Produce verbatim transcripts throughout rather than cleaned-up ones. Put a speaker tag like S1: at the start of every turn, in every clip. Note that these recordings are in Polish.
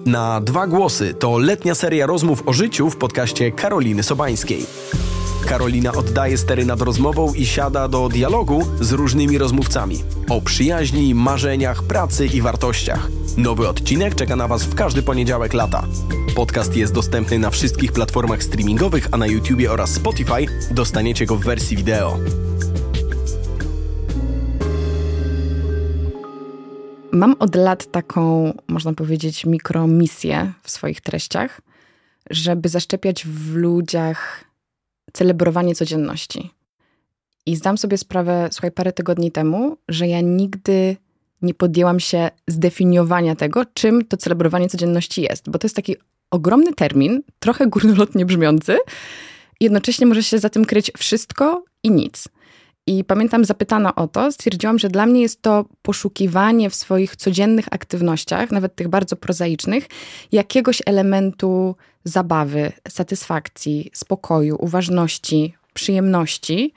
S1: Na dwa głosy to letnia seria rozmów o życiu w podcaście Karoliny Sobańskiej. Karolina oddaje stery nad rozmową i siada do dialogu z różnymi rozmówcami. O przyjaźni, marzeniach, pracy i wartościach. Nowy odcinek czeka na Was w każdy poniedziałek lata. Podcast jest dostępny na wszystkich platformach streamingowych, a na YouTubie oraz Spotify dostaniecie go w wersji wideo.
S2: Mam od lat taką, można powiedzieć, mikromisję w swoich treściach, żeby zaszczepiać w ludziach celebrowanie codzienności. I zdam sobie sprawę, słuchaj, parę tygodni temu, że ja nigdy nie podjęłam się zdefiniowania tego, czym to celebrowanie codzienności jest. Bo to jest taki ogromny termin, trochę górnolotnie brzmiący, i jednocześnie może się za tym kryć wszystko i nic. I pamiętam, zapytana o to, stwierdziłam, że dla mnie jest to poszukiwanie w swoich codziennych aktywnościach, nawet tych bardzo prozaicznych, jakiegoś elementu zabawy, satysfakcji, spokoju, uważności, przyjemności.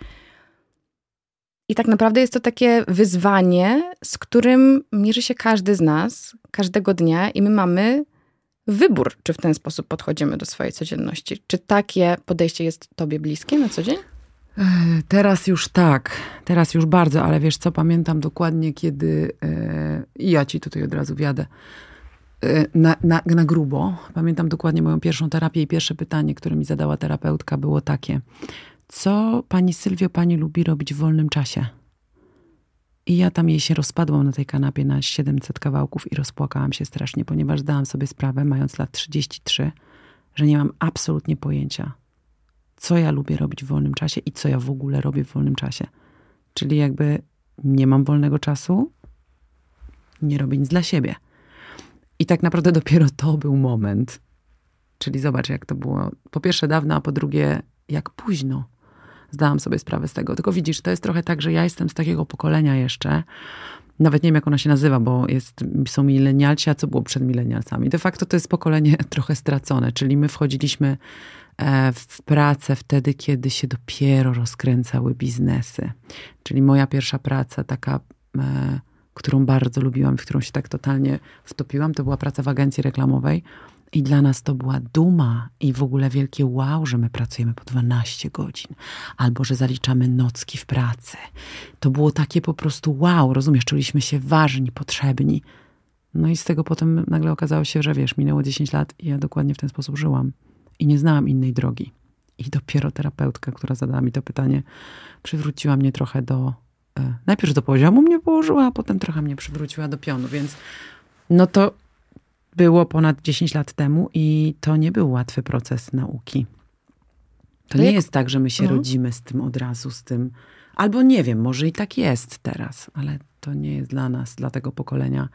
S2: I tak naprawdę jest to takie wyzwanie, z którym mierzy się każdy z nas, każdego dnia, i my mamy wybór, czy w ten sposób podchodzimy do swojej codzienności. Czy takie podejście jest tobie bliskie na co dzień?
S3: Teraz już tak, teraz już bardzo, ale wiesz co, pamiętam dokładnie, kiedy i ja ci tutaj od razu wjadę na, na, na grubo. Pamiętam dokładnie moją pierwszą terapię i pierwsze pytanie, które mi zadała terapeutka, było takie: co pani Sylwio, pani lubi robić w wolnym czasie? I ja tam jej się rozpadłam na tej kanapie na siedemset kawałków i rozpłakałam się strasznie, ponieważ zdałam sobie sprawę, mając lat trzydzieści trzy, że nie mam absolutnie pojęcia, co ja lubię robić w wolnym czasie i co ja w ogóle robię w wolnym czasie. Czyli jakby nie mam wolnego czasu, nie robię nic dla siebie. I tak naprawdę dopiero to był moment. Czyli zobacz, jak to było po pierwsze dawno, a po drugie jak późno zdałam sobie sprawę z tego. Tylko widzisz, to jest trochę tak, że ja jestem z takiego pokolenia jeszcze, nawet nie wiem, jak ona się nazywa, bo jest, są milenialci, a co było przed milenialcami. De facto to jest pokolenie trochę stracone, czyli my wchodziliśmy w pracę wtedy, kiedy się dopiero rozkręcały biznesy. Czyli moja pierwsza praca, taka, e, którą bardzo lubiłam, w którą się tak totalnie wtopiłam, to była praca w agencji reklamowej. I dla nas to była duma i w ogóle wielkie wow, że my pracujemy po dwanaście godzin. Albo, że zaliczamy nocki w pracy. To było takie po prostu wow, rozumiesz, czuliśmy się ważni, potrzebni. No i z tego potem nagle okazało się, że wiesz, minęło dziesięć lat i ja dokładnie w ten sposób żyłam. I nie znałam innej drogi. I dopiero terapeutka, która zadała mi to pytanie, przywróciła mnie trochę do... E, najpierw do poziomu mnie położyła, a potem trochę mnie przywróciła do pionu. Więc no to było ponad dziesięć lat temu i to nie był łatwy proces nauki. To, to nie jak... jest tak, że my się no. rodzimy z tym od razu, z tym... Albo nie wiem, może i tak jest teraz, ale to nie jest dla nas, dla tego pokolenia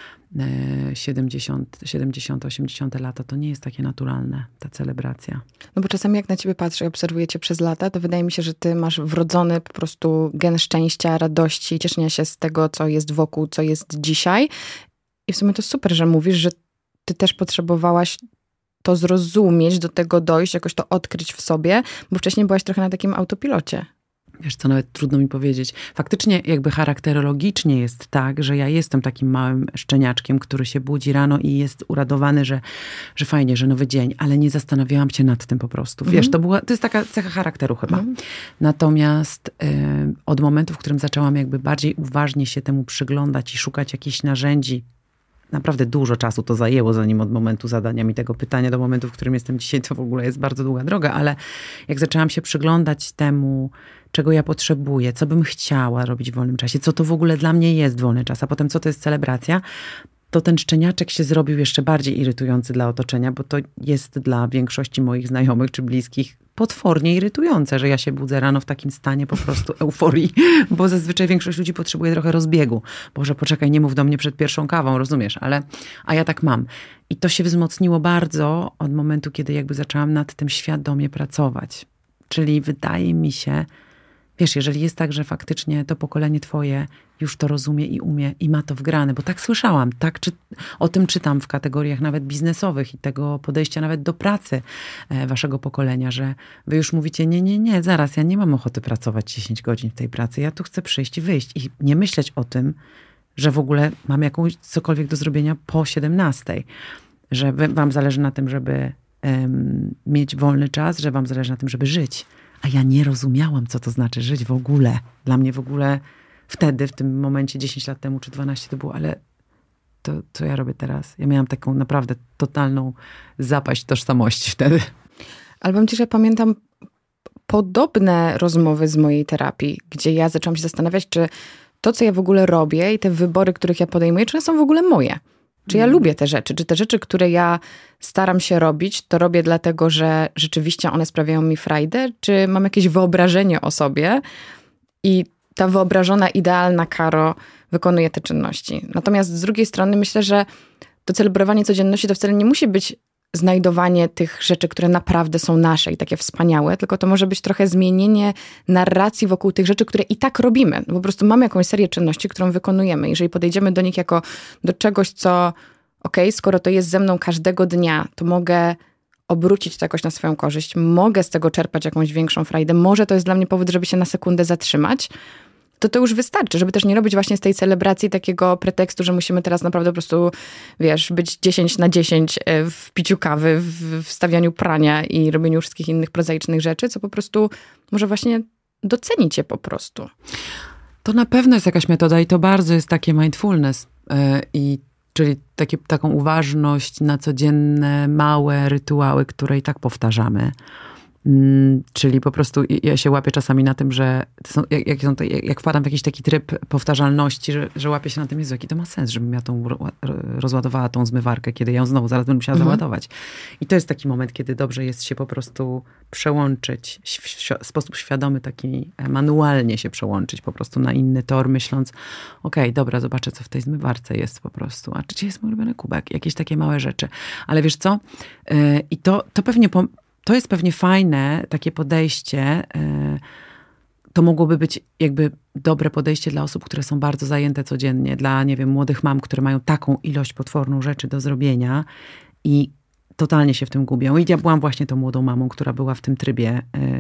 S3: siedemdziesiąte, osiemdziesiąte lata, to nie jest takie naturalne, ta celebracja.
S2: No bo czasami jak na ciebie patrzę i obserwuję cię przez lata, to wydaje mi się, że ty masz wrodzony po prostu gen szczęścia, radości, cieszenia się z tego, co jest wokół, co jest dzisiaj. I w sumie to super, że mówisz, że ty też potrzebowałaś to zrozumieć, do tego dojść, jakoś to odkryć w sobie, bo wcześniej byłaś trochę na takim autopilocie.
S3: Wiesz co, nawet trudno mi powiedzieć. Faktycznie jakby charakterologicznie jest tak, że ja jestem takim małym szczeniaczkiem, który się budzi rano i jest uradowany, że, że fajnie, że nowy dzień, ale nie zastanawiałam się nad tym po prostu. Wiesz, mm. to, była, to jest taka cecha charakteru chyba. Mm. Natomiast y, od momentu, w którym zaczęłam jakby bardziej uważnie się temu przyglądać i szukać jakichś narzędzi, naprawdę dużo czasu to zajęło, zanim od momentu zadania mi tego pytania do momentu, w którym jestem dzisiaj, to w ogóle jest bardzo długa droga, ale jak zaczęłam się przyglądać temu, czego ja potrzebuję, co bym chciała robić w wolnym czasie, co to w ogóle dla mnie jest wolny czas, a potem co to jest celebracja, to ten szczeniaczek się zrobił jeszcze bardziej irytujący dla otoczenia, bo to jest dla większości moich znajomych czy bliskich potwornie irytujące, że ja się budzę rano w takim stanie po prostu euforii, bo zazwyczaj większość ludzi potrzebuje trochę rozbiegu. Boże, poczekaj, nie mów do mnie przed pierwszą kawą, rozumiesz, ale a ja tak mam. I to się wzmocniło bardzo od momentu, kiedy jakby zaczęłam nad tym świadomie pracować. Czyli wydaje mi się, wiesz, jeżeli jest tak, że faktycznie to pokolenie twoje już to rozumie i umie i ma to wgrane, bo tak słyszałam, tak czy, o tym czytam w kategoriach nawet biznesowych i tego podejścia nawet do pracy e, waszego pokolenia, że wy już mówicie, nie, nie, nie, zaraz, ja nie mam ochoty pracować dziesięć godzin w tej pracy, ja tu chcę przyjść i wyjść i nie myśleć o tym, że w ogóle mam jakąś cokolwiek do zrobienia po siedemnastej. że wam zależy na tym, żeby um, mieć wolny czas, że wam zależy na tym, żeby żyć. A ja nie rozumiałam, co to znaczy żyć w ogóle. Dla mnie w ogóle wtedy, w tym momencie, dziesięć lat temu czy dwanaście to było, ale to, co ja robię teraz? Ja miałam taką naprawdę totalną zapaść tożsamości wtedy.
S2: Ale powiem ci, że pamiętam podobne rozmowy z mojej terapii, gdzie ja zaczęłam się zastanawiać, czy to, co ja w ogóle robię i te wybory, których ja podejmuję, czy one są w ogóle moje. Czy ja mm. lubię te rzeczy, czy te rzeczy, które ja staram się robić, to robię dlatego, że rzeczywiście one sprawiają mi frajdę, czy mam jakieś wyobrażenie o sobie i ta wyobrażona, idealna Karo wykonuje te czynności. Natomiast z drugiej strony myślę, że to celebrowanie codzienności to wcale nie musi być znajdowanie tych rzeczy, które naprawdę są nasze i takie wspaniałe, tylko to może być trochę zmienienie narracji wokół tych rzeczy, które i tak robimy. Po prostu mamy jakąś serię czynności, którą wykonujemy. Jeżeli podejdziemy do nich jako do czegoś, co okej, okay, skoro to jest ze mną każdego dnia, to mogę obrócić to jakoś na swoją korzyść, mogę z tego czerpać jakąś większą frajdę, może to jest dla mnie powód, żeby się na sekundę zatrzymać, to to już wystarczy, żeby też nie robić właśnie z tej celebracji takiego pretekstu, że musimy teraz naprawdę po prostu, wiesz, być dziesięć na dziesięć w piciu kawy, w wstawianiu prania i robieniu wszystkich innych prozaicznych rzeczy, co po prostu może właśnie docenić je po prostu.
S3: To na pewno jest jakaś metoda i to bardzo jest takie mindfulness, yy, i czyli takie, taką uważność na codzienne, małe rytuały, które i tak powtarzamy. Hmm, czyli po prostu ja się łapię czasami na tym, że to są, jak, jak, są to, jak wpadam w jakiś taki tryb powtarzalności, że, że łapię się na tym, Jezu, jaki to ma sens, żebym ja tą rozładowała tą zmywarkę, kiedy ja ją znowu zaraz będę musiała mhm. załadować. I to jest taki moment, kiedy dobrze jest się po prostu przełączyć w sposób świadomy, taki manualnie się przełączyć po prostu na inny tor, myśląc, okej, okay, dobra, zobaczę, co w tej zmywarce jest po prostu. A czy jest mój ulubiony kubek? Jakieś takie małe rzeczy. Ale wiesz co? Yy, I to, to pewnie... Po, To jest pewnie fajne, takie podejście. To mogłoby być jakby dobre podejście dla osób, które są bardzo zajęte codziennie. Dla, nie wiem, młodych mam, które mają taką ilość potworną rzeczy do zrobienia i totalnie się w tym gubią. I ja byłam właśnie tą młodą mamą, która była w tym trybie.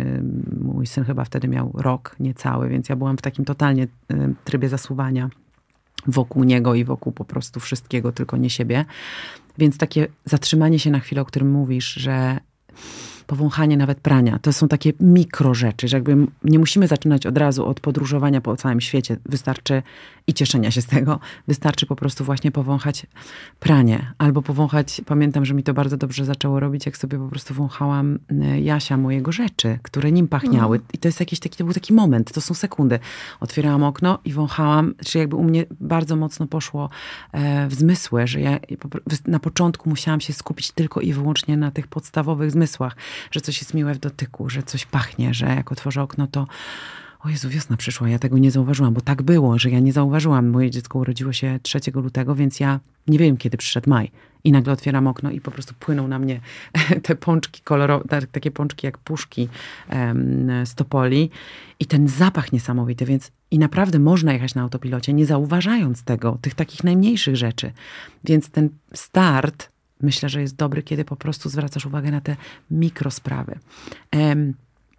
S3: Mój syn chyba wtedy miał rok niecały, więc ja byłam w takim totalnie trybie zasuwania wokół niego i wokół po prostu wszystkiego, tylko nie siebie. Więc takie zatrzymanie się na chwilę, o którym mówisz, że powąchanie nawet prania. To są takie mikro rzeczy, że jakby nie musimy zaczynać od razu od podróżowania po całym świecie. Wystarczy i cieszenia się z tego. Wystarczy po prostu właśnie powąchać pranie. Albo powąchać, pamiętam, że mi to bardzo dobrze zaczęło robić, jak sobie po prostu wąchałam Jasia mojego rzeczy, które nim pachniały. Mm. I to jest jakiś taki, to był taki moment, to są sekundy. Otwierałam okno i wąchałam, czyli jakby u mnie bardzo mocno poszło e, w zmysły, że ja na początku musiałam się skupić tylko i wyłącznie na tych podstawowych zmysłach, że coś jest miłe w dotyku, że coś pachnie, że jak otworzę okno, to o Jezu, wiosna przyszła, ja tego nie zauważyłam, bo tak było, że ja nie zauważyłam. Moje dziecko urodziło się trzeciego lutego, więc ja nie wiem, kiedy przyszedł maj. I nagle otwieram okno i po prostu płyną na mnie te pączki kolorowe, takie pączki jak puszki um, z Topoli. I ten zapach niesamowity, więc i naprawdę można jechać na autopilocie, nie zauważając tego, tych takich najmniejszych rzeczy. Więc ten start, myślę, że jest dobry, kiedy po prostu zwracasz uwagę na te mikrosprawy. Um,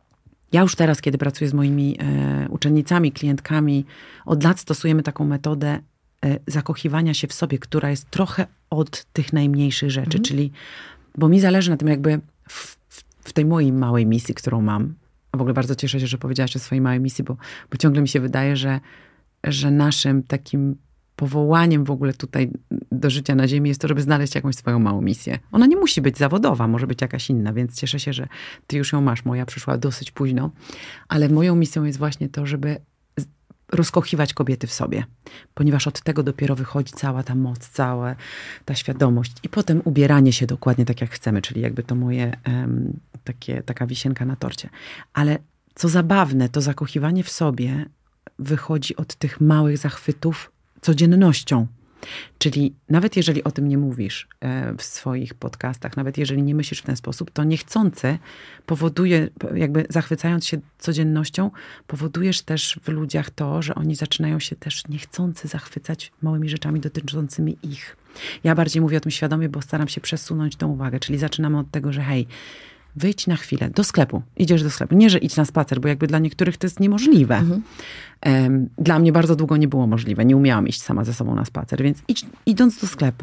S3: Ja już teraz, kiedy pracuję z moimi e, uczennicami, klientkami, od lat stosujemy taką metodę e, zakochiwania się w sobie, która jest trochę od tych najmniejszych rzeczy. Mhm. Czyli, bo mi zależy na tym jakby w, w tej mojej małej misji, którą mam, a w ogóle bardzo cieszę się, że powiedziałaś o swojej małej misji, bo, bo ciągle mi się wydaje, że, że naszym takim powołaniem w ogóle tutaj do życia na ziemi jest to, żeby znaleźć jakąś swoją małą misję. Ona nie musi być zawodowa, może być jakaś inna, więc cieszę się, że ty już ją masz. Moja przyszła dosyć późno, ale moją misją jest właśnie to, żeby rozkochiwać kobiety w sobie, ponieważ od tego dopiero wychodzi cała ta moc, cała ta świadomość i potem ubieranie się dokładnie tak, jak chcemy, czyli jakby to moje um, takie, taka wisienka na torcie. Ale co zabawne, to zakochiwanie w sobie wychodzi od tych małych zachwytów codziennością. Czyli nawet jeżeli o tym nie mówisz w swoich podcastach, nawet jeżeli nie myślisz w ten sposób, to niechcący powoduje, jakby zachwycając się codziennością, powodujesz też w ludziach to, że oni zaczynają się też niechcący zachwycać małymi rzeczami dotyczącymi ich. Ja bardziej mówię o tym świadomie, bo staram się przesunąć tą uwagę, czyli zaczynamy od tego, że hej, wyjdź na chwilę do sklepu. Idziesz do sklepu. Nie, że idź na spacer, bo jakby dla niektórych to jest niemożliwe. Mhm. Um, dla mnie bardzo długo nie było możliwe. Nie umiałam iść sama ze sobą na spacer, więc idź, idąc do sklepu,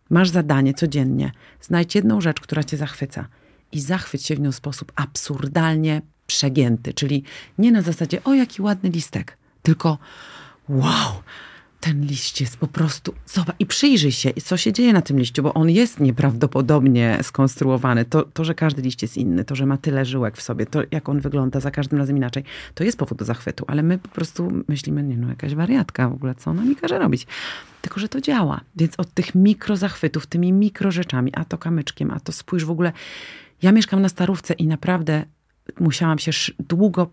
S3: masz zadanie codziennie, znajdź jedną rzecz, która cię zachwyca i zachwyć się w nią w sposób absurdalnie przegięty, czyli nie na zasadzie, o jaki ładny listek, tylko wow, ten liść jest po prostu, zobacz i przyjrzyj się, co się dzieje na tym liściu, bo on jest nieprawdopodobnie skonstruowany. To, to, że każdy liść jest inny, to, że ma tyle żyłek w sobie, to jak on wygląda za każdym razem inaczej, to jest powód do zachwytu, ale my po prostu myślimy, nie no, jakaś wariatka w ogóle, co ona mi każe robić. Tylko, że to działa. Więc od tych mikrozachwytów, tymi mikrorzeczami, a to kamyczkiem, a to spójrz w ogóle. Ja mieszkam na Starówce i naprawdę musiałam się długo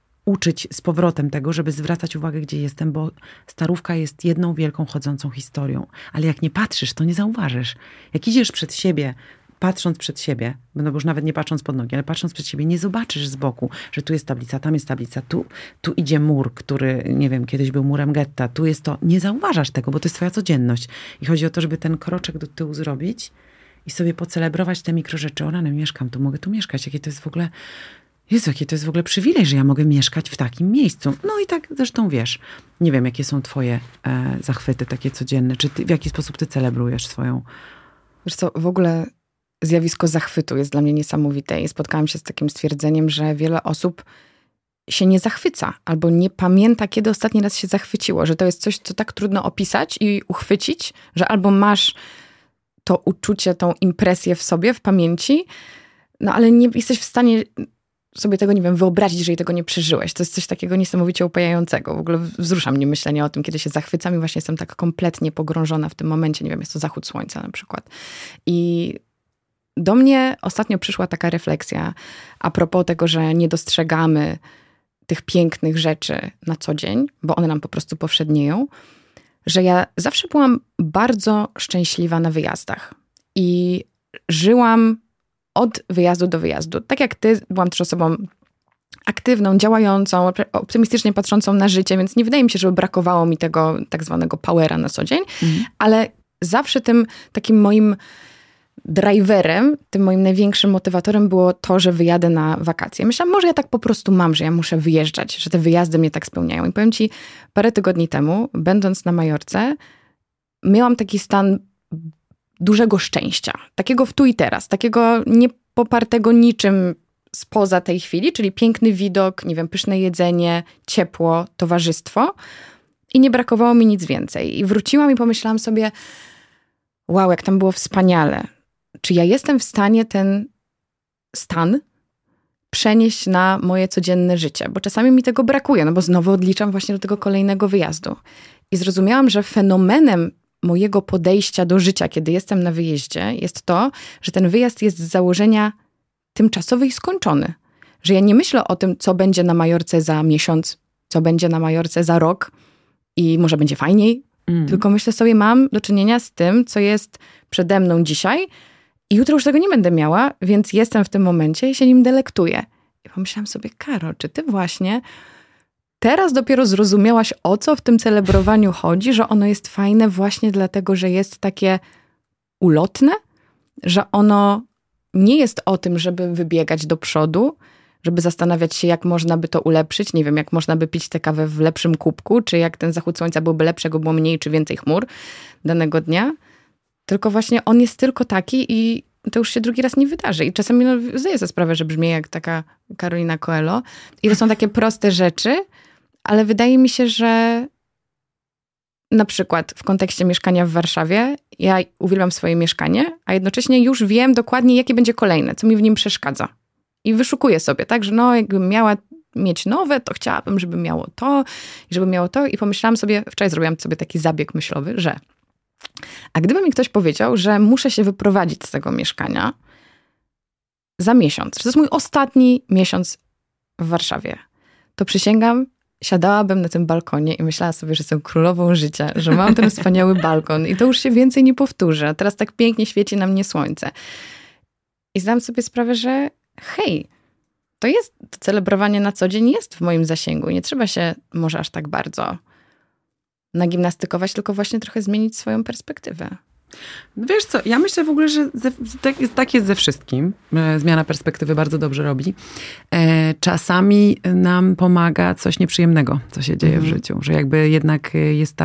S3: uczyć z powrotem tego, żeby zwracać uwagę, gdzie jestem, bo Starówka jest jedną wielką chodzącą historią. Ale jak nie patrzysz, to nie zauważysz. Jak idziesz przed siebie, patrząc przed siebie, no bo już nawet nie patrząc pod nogi, ale patrząc przed siebie, nie zobaczysz z boku, że tu jest tablica, tam jest tablica, tu, tu idzie mur, który, nie wiem, kiedyś był murem getta, tu jest to. Nie zauważasz tego, bo to jest twoja codzienność. I chodzi o to, żeby ten kroczek do tyłu zrobić i sobie pocelebrować te mikrorzeczy. O rany, mieszkam tu, mogę tu mieszkać. Jakie to jest w ogóle... Jezu, jaki to jest w ogóle przywilej, że ja mogę mieszkać w takim miejscu. No i tak zresztą wiesz, nie wiem, jakie są twoje e, zachwyty takie codzienne, czy ty, w jaki sposób ty celebrujesz swoją...
S2: Wiesz co, w ogóle zjawisko zachwytu jest dla mnie niesamowite i spotkałam się z takim stwierdzeniem, że wiele osób się nie zachwyca albo nie pamięta, kiedy ostatni raz się zachwyciło, że to jest coś, co tak trudno opisać i uchwycić, że albo masz to uczucie, tą impresję w sobie, w pamięci, no ale nie jesteś w stanie sobie tego, nie wiem, wyobrazić, jeżeli tego nie przeżyłeś. To jest coś takiego niesamowicie upajającego. W ogóle wzrusza mnie myślenie o tym, kiedy się zachwycam i właśnie jestem tak kompletnie pogrążona w tym momencie. Nie wiem, jest to zachód słońca na przykład. I do mnie ostatnio przyszła taka refleksja a propos tego, że nie dostrzegamy tych pięknych rzeczy na co dzień, bo one nam po prostu powszednieją, że ja zawsze byłam bardzo szczęśliwa na wyjazdach. I żyłam od wyjazdu do wyjazdu. Tak jak ty, byłam też osobą aktywną, działającą, optymistycznie patrzącą na życie, więc nie wydaje mi się, żeby brakowało mi tego tak zwanego powera na co dzień, mhm. ale zawsze tym takim moim driverem, tym moim największym motywatorem było to, że wyjadę na wakacje. Myślałam, może ja tak po prostu mam, że ja muszę wyjeżdżać, że te wyjazdy mnie tak spełniają. I powiem ci, parę tygodni temu, będąc na Majorce, miałam taki stan dużego szczęścia. Takiego w tu i teraz. Takiego nie popartego niczym spoza tej chwili, czyli piękny widok, nie wiem, pyszne jedzenie, ciepło, towarzystwo. I nie brakowało mi nic więcej. I wróciłam i pomyślałam sobie, wow, jak tam było wspaniale. Czy ja jestem w stanie ten stan przenieść na moje codzienne życie? Bo czasami mi tego brakuje, no bo znowu odliczam właśnie do tego kolejnego wyjazdu. I zrozumiałam, że fenomenem mojego podejścia do życia, kiedy jestem na wyjeździe, jest to, że ten wyjazd jest z założenia tymczasowy i skończony. Że ja nie myślę o tym, co będzie na Majorce za miesiąc, co będzie na Majorce za rok i może będzie fajniej, mm. tylko myślę sobie, mam do czynienia z tym, co jest przede mną dzisiaj i jutro już tego nie będę miała, więc jestem w tym momencie i się nim delektuję. I pomyślałam sobie, Karo, czy ty właśnie teraz dopiero zrozumiałaś, o co w tym celebrowaniu chodzi, że ono jest fajne właśnie dlatego, że jest takie ulotne, że ono nie jest o tym, żeby wybiegać do przodu, żeby zastanawiać się, jak można by to ulepszyć. Nie wiem, jak można by pić tę kawę w lepszym kubku, czy jak ten zachód słońca byłby lepszy, jakby było mniej czy więcej chmur danego dnia. Tylko właśnie on jest tylko taki i to już się drugi raz nie wydarzy. I czasami no, zdaję sobie sprawę, że brzmi jak taka Carolina Coelho. I to są takie proste rzeczy, ale wydaje mi się, że na przykład w kontekście mieszkania w Warszawie, ja uwielbiam swoje mieszkanie, a jednocześnie już wiem dokładnie, jakie będzie kolejne, co mi w nim przeszkadza. I wyszukuję sobie, tak, że no jakbym miała mieć nowe, to chciałabym, żeby miało to, i żeby miało to. I pomyślałam sobie, wczoraj zrobiłam sobie taki zabieg myślowy, że a gdyby mi ktoś powiedział, że muszę się wyprowadzić z tego mieszkania za miesiąc, że to jest mój ostatni miesiąc w Warszawie, to przysięgam, siadałabym na tym balkonie i myślała sobie, że jestem królową życia, że mam ten wspaniały balkon i to już się więcej nie powtórzy. A teraz tak pięknie świeci na mnie słońce. I zdałam sobie sprawę, że hej, to jest, to celebrowanie na co dzień jest w moim zasięgu. Nie trzeba się może aż tak bardzo nagimnastykować, tylko właśnie trochę zmienić swoją perspektywę.
S3: Wiesz co, ja myślę w ogóle, że ze, tak, tak jest ze wszystkim. Zmiana perspektywy bardzo dobrze robi. E, czasami nam pomaga coś nieprzyjemnego, co się dzieje mhm. w życiu. Że jakby jednak jest tak,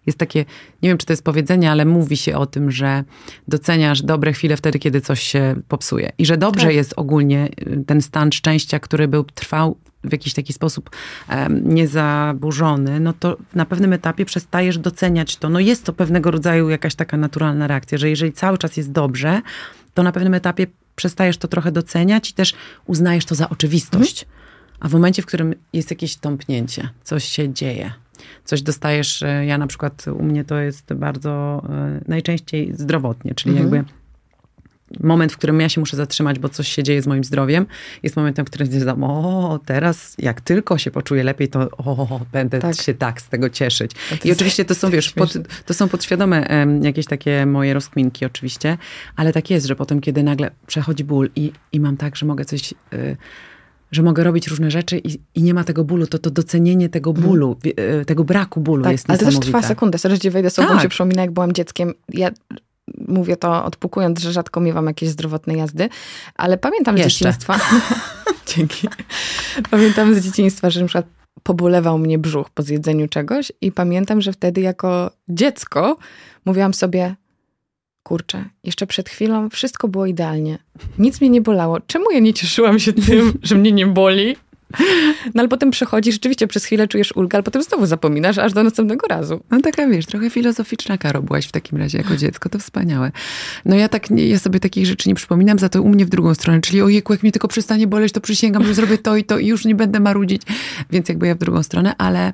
S3: Jest takie, nie wiem, czy to jest powiedzenie, ale mówi się o tym, że doceniasz dobre chwile wtedy, kiedy coś się popsuje. I że dobrze tak. jest ogólnie ten stan szczęścia, który był, trwał w jakiś taki sposób um, niezaburzony, no to na pewnym etapie przestajesz doceniać to. No jest to pewnego rodzaju jakaś taka naturalna reakcja, że jeżeli cały czas jest dobrze, to na pewnym etapie przestajesz to trochę doceniać i też uznajesz to za oczywistość. Mhm. A w momencie, w którym jest jakieś tąpnięcie, coś się dzieje, coś dostajesz, ja na przykład u mnie to jest bardzo najczęściej zdrowotnie, czyli mhm. jakby moment, w którym ja się muszę zatrzymać, bo coś się dzieje z moim zdrowiem, jest momentem, w którym stwierdzam, o, teraz jak tylko się poczuję lepiej, to o, będę tak. się tak z tego cieszyć. I oczywiście to są, wiesz, pod, to są podświadome um, jakieś takie moje rozkminki oczywiście, ale tak jest, że potem, kiedy nagle przechodzi ból i, i mam tak, że mogę coś... Y, że mogę robić różne rzeczy i, i nie ma tego bólu, to to docenienie tego bólu, mm. tego braku bólu tak, jest niesamowite. Ale to też trwa sekundę. Sorry, że wejdę, słowem tak. się przypomina, jak byłam dzieckiem. Ja mówię to odpukując, że rzadko miewam jakieś zdrowotne jazdy, ale pamiętam Jeszcze.
S2: z dzieciństwa...
S3: Dzięki.
S2: Pamiętam z dzieciństwa, że na przykład pobolewał mnie brzuch po zjedzeniu czegoś i pamiętam, że wtedy jako dziecko mówiłam sobie... Kurczę, jeszcze przed chwilą wszystko było idealnie. Nic mnie nie bolało. Czemu ja nie cieszyłam się tym, że mnie nie boli? No ale potem przechodzi, rzeczywiście przez chwilę czujesz ulgę, ale potem znowu zapominasz, aż do następnego razu.
S3: No taka, wiesz, trochę filozoficzna, Karo, byłaś w takim razie jako dziecko, to wspaniałe. No ja tak, ja sobie takich rzeczy nie przypominam, za to u mnie w drugą stronę, czyli ojejku, jak mnie tylko przestanie boleć, to przysięgam, że zrobię to i to i już nie będę marudzić. Więc jakby ja w drugą stronę, ale...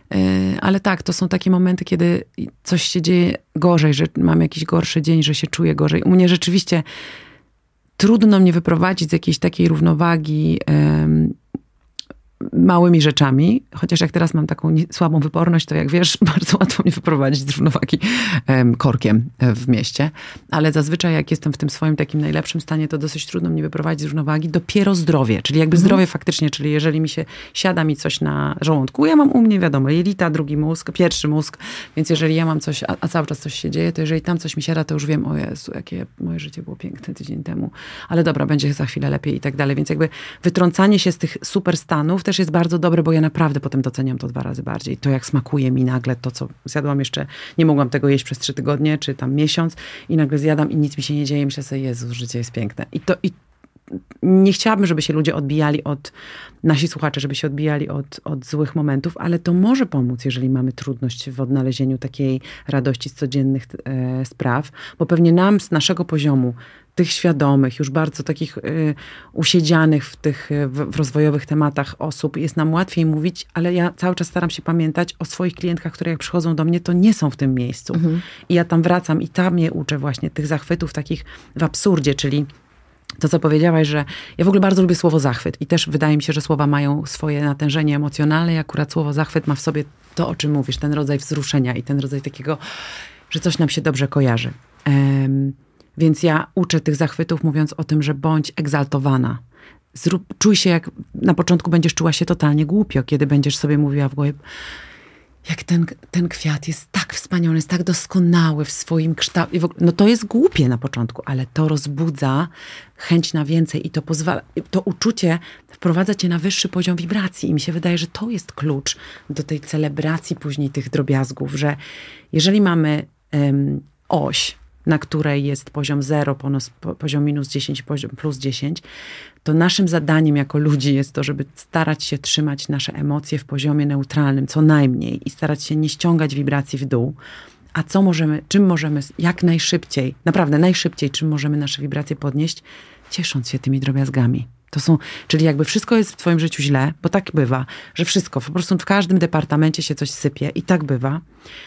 S3: Ale tak, to są takie momenty, kiedy coś się dzieje gorzej, że mam jakiś gorszy dzień, że się czuję gorzej. U mnie rzeczywiście trudno mnie wyprowadzić z jakiejś takiej równowagi um, małymi rzeczami, chociaż jak teraz mam taką słabą wyporność, to jak wiesz, bardzo łatwo mnie wyprowadzić z równowagi um, korkiem w mieście, ale zazwyczaj jak jestem w tym swoim takim najlepszym stanie, to dosyć trudno mnie wyprowadzić z równowagi. Dopiero zdrowie, czyli jakby mhm. zdrowie faktycznie, czyli jeżeli mi się siada mi coś na żołądku, ja mam u mnie wiadomo, jelita, drugi mózg, pierwszy mózg, więc jeżeli ja mam coś, a, a cały czas coś się dzieje, to jeżeli tam coś mi siada, to już wiem, o Jezu, jakie moje życie było piękne tydzień temu, ale dobra, będzie za chwilę lepiej i tak dalej, więc jakby wytrącanie się z tych super stanów też jest bardzo dobre, bo ja naprawdę potem doceniam to dwa razy bardziej. To jak smakuje mi nagle to, co zjadłam jeszcze, nie mogłam tego jeść przez trzy tygodnie, czy tam miesiąc i nagle zjadam i nic mi się nie dzieje. Myślę sobie, Jezus, życie jest piękne. I to i nie chciałabym, żeby się ludzie odbijali od, nasi słuchacze, żeby się odbijali od, od złych momentów, ale to może pomóc, jeżeli mamy trudność w odnalezieniu takiej radości z codziennych e, spraw, bo pewnie nam z naszego poziomu tych świadomych, już bardzo takich y, usiedzianych w tych y, w, w rozwojowych tematach osób jest nam łatwiej mówić, ale ja cały czas staram się pamiętać o swoich klientkach, które jak przychodzą do mnie, to nie są w tym miejscu. Mhm. I ja tam wracam i tam je uczę właśnie tych zachwytów takich w absurdzie, czyli to, co powiedziałaś, że ja w ogóle bardzo lubię słowo zachwyt i też wydaje mi się, że słowa mają swoje natężenie emocjonalne i akurat słowo zachwyt ma w sobie to, o czym mówisz, ten rodzaj wzruszenia i ten rodzaj takiego, że coś nam się dobrze kojarzy. Um, Więc ja uczę tych zachwytów, mówiąc o tym, że bądź egzaltowana. Zrób, czuj się jak, na początku będziesz czuła się totalnie głupio, kiedy będziesz sobie mówiła w głowie, jak ten, ten kwiat jest tak wspaniały, jest tak doskonały w swoim kształcie. No to jest głupie na początku, ale to rozbudza chęć na więcej i to pozwala, to uczucie wprowadza cię na wyższy poziom wibracji. I mi się wydaje, że to jest klucz do tej celebracji później tych drobiazgów, że jeżeli mamy um, oś, na której jest poziom zero, poziom minus dziesięć, poziom plus dziesięć, to naszym zadaniem jako ludzi jest to, żeby starać się trzymać nasze emocje w poziomie neutralnym, co najmniej, i starać się nie ściągać wibracji w dół. A co możemy, czym możemy jak najszybciej, naprawdę najszybciej, czym możemy nasze wibracje podnieść? Ciesząc się tymi drobiazgami. To są, czyli jakby wszystko jest w twoim życiu źle, bo tak bywa, że wszystko, po prostu w każdym departamencie się coś sypie i tak bywa.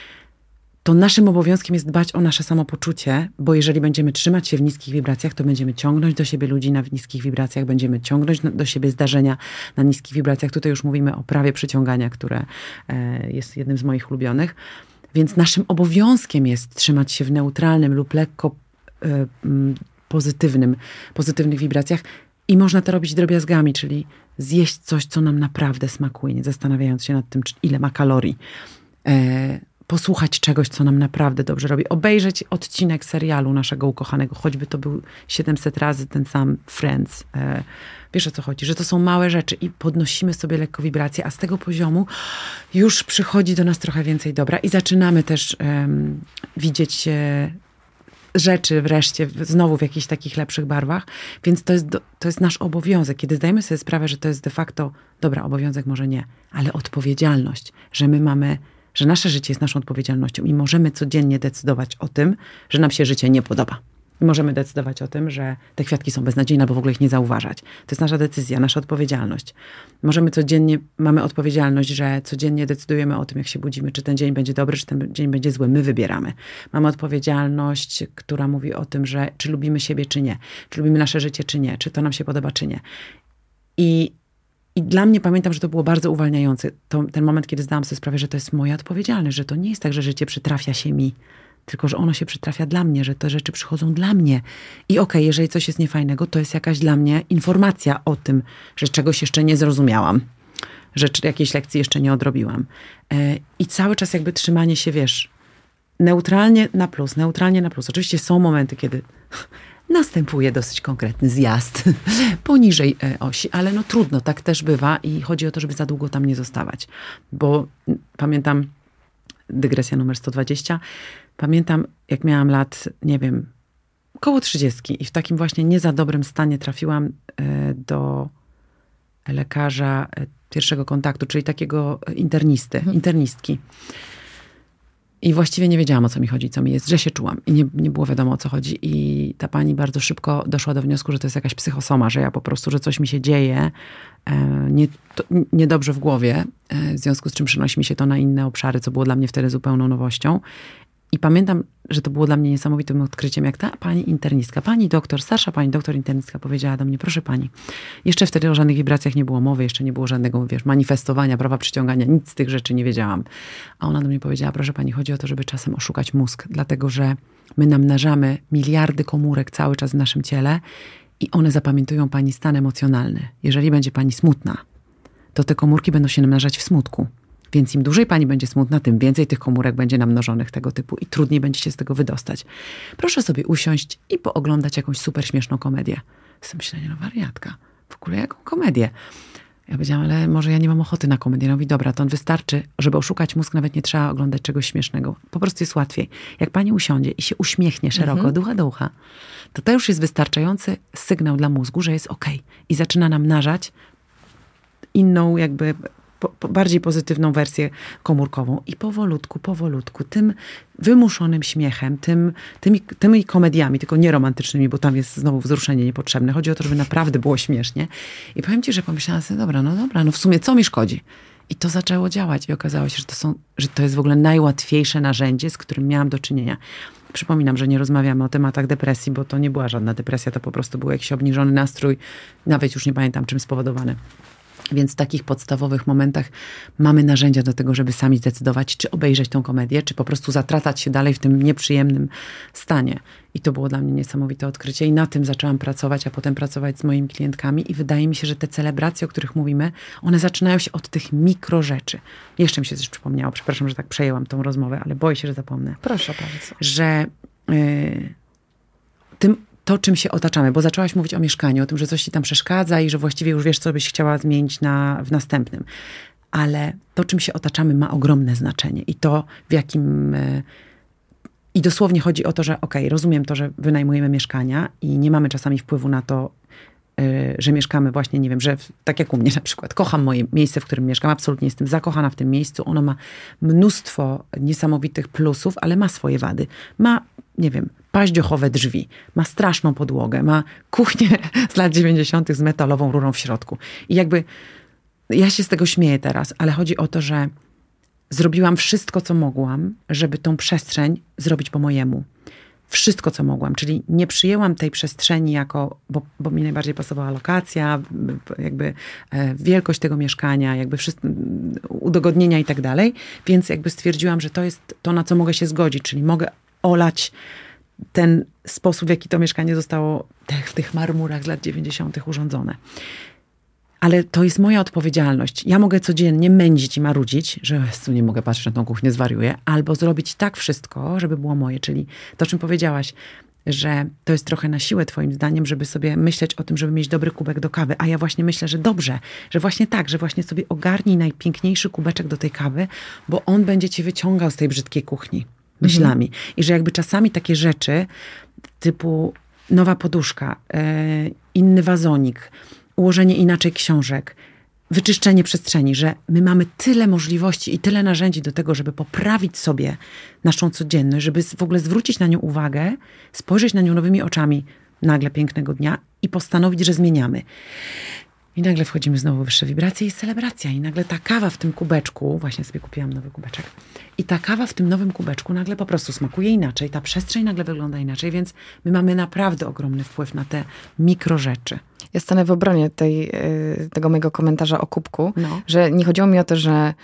S3: To naszym obowiązkiem jest dbać o nasze samopoczucie, bo jeżeli będziemy trzymać się w niskich wibracjach, to będziemy ciągnąć do siebie ludzi na niskich wibracjach, będziemy ciągnąć do siebie zdarzenia na niskich wibracjach. Tutaj już mówimy o prawie przyciągania, które jest jednym z moich ulubionych. Więc naszym obowiązkiem jest trzymać się w neutralnym lub lekko pozytywnym, pozytywnych wibracjach. I można to robić drobiazgami, czyli zjeść coś, co nam naprawdę smakuje, nie zastanawiając się nad tym, ile ma kalorii. posłuchać czegoś, co nam naprawdę dobrze robi. Obejrzeć odcinek serialu naszego ukochanego, choćby to był siedemset razy ten sam Friends. E, wiesz, o co chodzi? Że to są małe rzeczy i podnosimy sobie lekko wibracje, a z tego poziomu już przychodzi do nas trochę więcej dobra i zaczynamy też um, widzieć e, rzeczy wreszcie znowu w jakichś takich lepszych barwach. Więc to jest, do, to jest nasz obowiązek. Kiedy zdajemy sobie sprawę, że to jest de facto, dobra, obowiązek może nie, ale odpowiedzialność, że my mamy że nasze życie jest naszą odpowiedzialnością i możemy codziennie decydować o tym, że nam się życie nie podoba. I możemy decydować o tym, że te kwiatki są beznadziejne, bo w ogóle ich nie zauważać. To jest nasza decyzja, nasza odpowiedzialność. Możemy codziennie, mamy odpowiedzialność, że codziennie decydujemy o tym, jak się budzimy, czy ten dzień będzie dobry, czy ten dzień będzie zły. My wybieramy. Mamy odpowiedzialność, która mówi o tym, że czy lubimy siebie, czy nie. Czy lubimy nasze życie, czy nie. Czy to nam się podoba, czy nie. I I dla mnie, pamiętam, że to było bardzo uwalniające. To, ten moment, kiedy zdałam sobie sprawę, że to jest moja odpowiedzialność, że to nie jest tak, że życie przytrafia się mi, tylko że ono się przytrafia dla mnie, że te rzeczy przychodzą dla mnie. I okej, okay, jeżeli coś jest niefajnego, to jest jakaś dla mnie informacja o tym, że czegoś jeszcze nie zrozumiałam, że jakiejś lekcji jeszcze nie odrobiłam. I cały czas jakby trzymanie się, wiesz, neutralnie na plus, neutralnie na plus. Oczywiście są momenty, kiedy następuje dosyć konkretny zjazd poniżej osi, ale no trudno, tak też bywa i chodzi o to, żeby za długo tam nie zostawać. Bo pamiętam, dygresja numer sto dwadzieścia, pamiętam jak miałam lat, nie wiem, koło trzydziestki i w takim właśnie nie za dobrym stanie trafiłam do lekarza pierwszego kontaktu, czyli takiego internisty, mhm. internistki. I właściwie nie wiedziałam, o co mi chodzi, co mi jest, że się czułam. I nie, nie było wiadomo, o co chodzi. I ta pani bardzo szybko doszła do wniosku, że to jest jakaś psychosoma, że ja po prostu, że coś mi się dzieje nie, to, niedobrze w głowie, w związku z czym przenosi mi się to na inne obszary, co było dla mnie wtedy zupełną nowością. I pamiętam, że to było dla mnie niesamowitym odkryciem, jak ta pani internistka, pani doktor, starsza pani doktor internistka powiedziała do mnie, proszę pani, jeszcze wtedy o żadnych wibracjach nie było mowy, jeszcze nie było żadnego, wiesz, manifestowania, prawa przyciągania, nic z tych rzeczy nie wiedziałam. A ona do mnie powiedziała, proszę pani, chodzi o to, żeby czasem oszukać mózg, dlatego że my namnażamy miliardy komórek cały czas w naszym ciele i one zapamiętują pani stan emocjonalny. Jeżeli będzie pani smutna, to te komórki będą się namnażać w smutku. Więc im dłużej pani będzie smutna, tym więcej tych komórek będzie namnożonych tego typu i trudniej będzie się z tego wydostać. Proszę sobie usiąść i pooglądać jakąś super śmieszną komedię. Z myślenia, no wariatka, w ogóle jaką komedię? Ja powiedziałam, ale może ja nie mam ochoty na komedię. No mówi, dobra, to wystarczy, żeby oszukać mózg, nawet nie trzeba oglądać czegoś śmiesznego. Po prostu jest łatwiej. Jak pani usiądzie i się uśmiechnie szeroko, mhm. ducha do ucha, to to już jest wystarczający sygnał dla mózgu, że jest okej. Okay. I zaczyna namnażać inną jakby Po, po bardziej pozytywną wersję komórkową. I powolutku, powolutku, tym wymuszonym śmiechem, tym, tymi, tymi komediami, tylko nie romantycznymi, bo tam jest znowu wzruszenie niepotrzebne. Chodzi o to, żeby naprawdę było śmiesznie. I powiem ci, że pomyślałam sobie, dobra, no dobra, no w sumie co mi szkodzi? I to zaczęło działać. I okazało się, że to, są, że to jest w ogóle najłatwiejsze narzędzie, z którym miałam do czynienia. Przypominam, że nie rozmawiamy o tematach depresji, bo to nie była żadna depresja, to po prostu był jakiś obniżony nastrój. Nawet już nie pamiętam, czym spowodowany. Więc w takich podstawowych momentach mamy narzędzia do tego, żeby sami zdecydować, czy obejrzeć tą komedię, czy po prostu zatracać się dalej w tym nieprzyjemnym stanie. I to było dla mnie niesamowite odkrycie i na tym zaczęłam pracować, a potem pracować z moimi klientkami i wydaje mi się, że te celebracje, o których mówimy, one zaczynają się od tych mikro rzeczy. Jeszcze mi się coś przypomniało, przepraszam, że tak przejęłam tą rozmowę, ale boję się, że zapomnę.
S2: Proszę bardzo.
S3: Że yy, tym to, czym się otaczamy, bo zaczęłaś mówić o mieszkaniu, o tym, że coś ci tam przeszkadza i że właściwie już wiesz, co byś chciała zmienić na, w następnym. Ale to, czym się otaczamy, ma ogromne znaczenie. I to, w jakim... I dosłownie chodzi o to, że okej, okay, rozumiem to, że wynajmujemy mieszkania i nie mamy czasami wpływu na to, że mieszkamy właśnie, nie wiem, że tak jak u mnie na przykład, kocham moje miejsce, w którym mieszkam, absolutnie jestem zakochana w tym miejscu, ono ma mnóstwo niesamowitych plusów, ale ma swoje wady. Ma, nie wiem, paździochowe drzwi, ma straszną podłogę, ma kuchnię z lat dziewięćdziesiątych z metalową rurą w środku. I jakby ja się z tego śmieję teraz, ale chodzi o to, że zrobiłam wszystko, co mogłam, żeby tą przestrzeń zrobić po mojemu. Wszystko, co mogłam. Czyli nie przyjęłam tej przestrzeni jako, bo, bo mi najbardziej pasowała lokacja, jakby e, wielkość tego mieszkania, jakby wszystko, udogodnienia i tak dalej. Więc jakby stwierdziłam, że to jest to, na co mogę się zgodzić. Czyli mogę olać ten sposób, w jaki to mieszkanie zostało w tych marmurach z lat dziewięćdziesiątych urządzone. Ale to jest moja odpowiedzialność. Ja mogę codziennie mędzić i marudzić, że Jezu, nie mogę patrzeć na tą kuchnię, zwariuję, albo zrobić tak wszystko, żeby było moje. Czyli to, o czym powiedziałaś, że to jest trochę na siłę twoim zdaniem, żeby sobie myśleć o tym, żeby mieć dobry kubek do kawy. A ja właśnie myślę, że dobrze, że właśnie tak, że właśnie sobie ogarnij najpiękniejszy kubeczek do tej kawy, bo on będzie cię wyciągał z tej brzydkiej kuchni myślami. Mhm. I że jakby czasami takie rzeczy typu nowa poduszka, yy, inny wazonik, ułożenie inaczej książek, wyczyszczenie przestrzeni, że my mamy tyle możliwości i tyle narzędzi do tego, żeby poprawić sobie naszą codzienność, żeby w ogóle zwrócić na nią uwagę, spojrzeć na nią nowymi oczami nagle pięknego dnia i postanowić, że zmieniamy. I nagle wchodzimy znowu w wyższe wibracje i jest celebracja. I nagle ta kawa w tym kubeczku, właśnie sobie kupiłam nowy kubeczek, i ta kawa w tym nowym kubeczku nagle po prostu smakuje inaczej, ta przestrzeń nagle wygląda inaczej, więc my mamy naprawdę ogromny wpływ na te mikrorzeczy.
S2: Ja stanę w obronie tej, tego mojego komentarza o kubku, no. że nie chodziło mi o to, że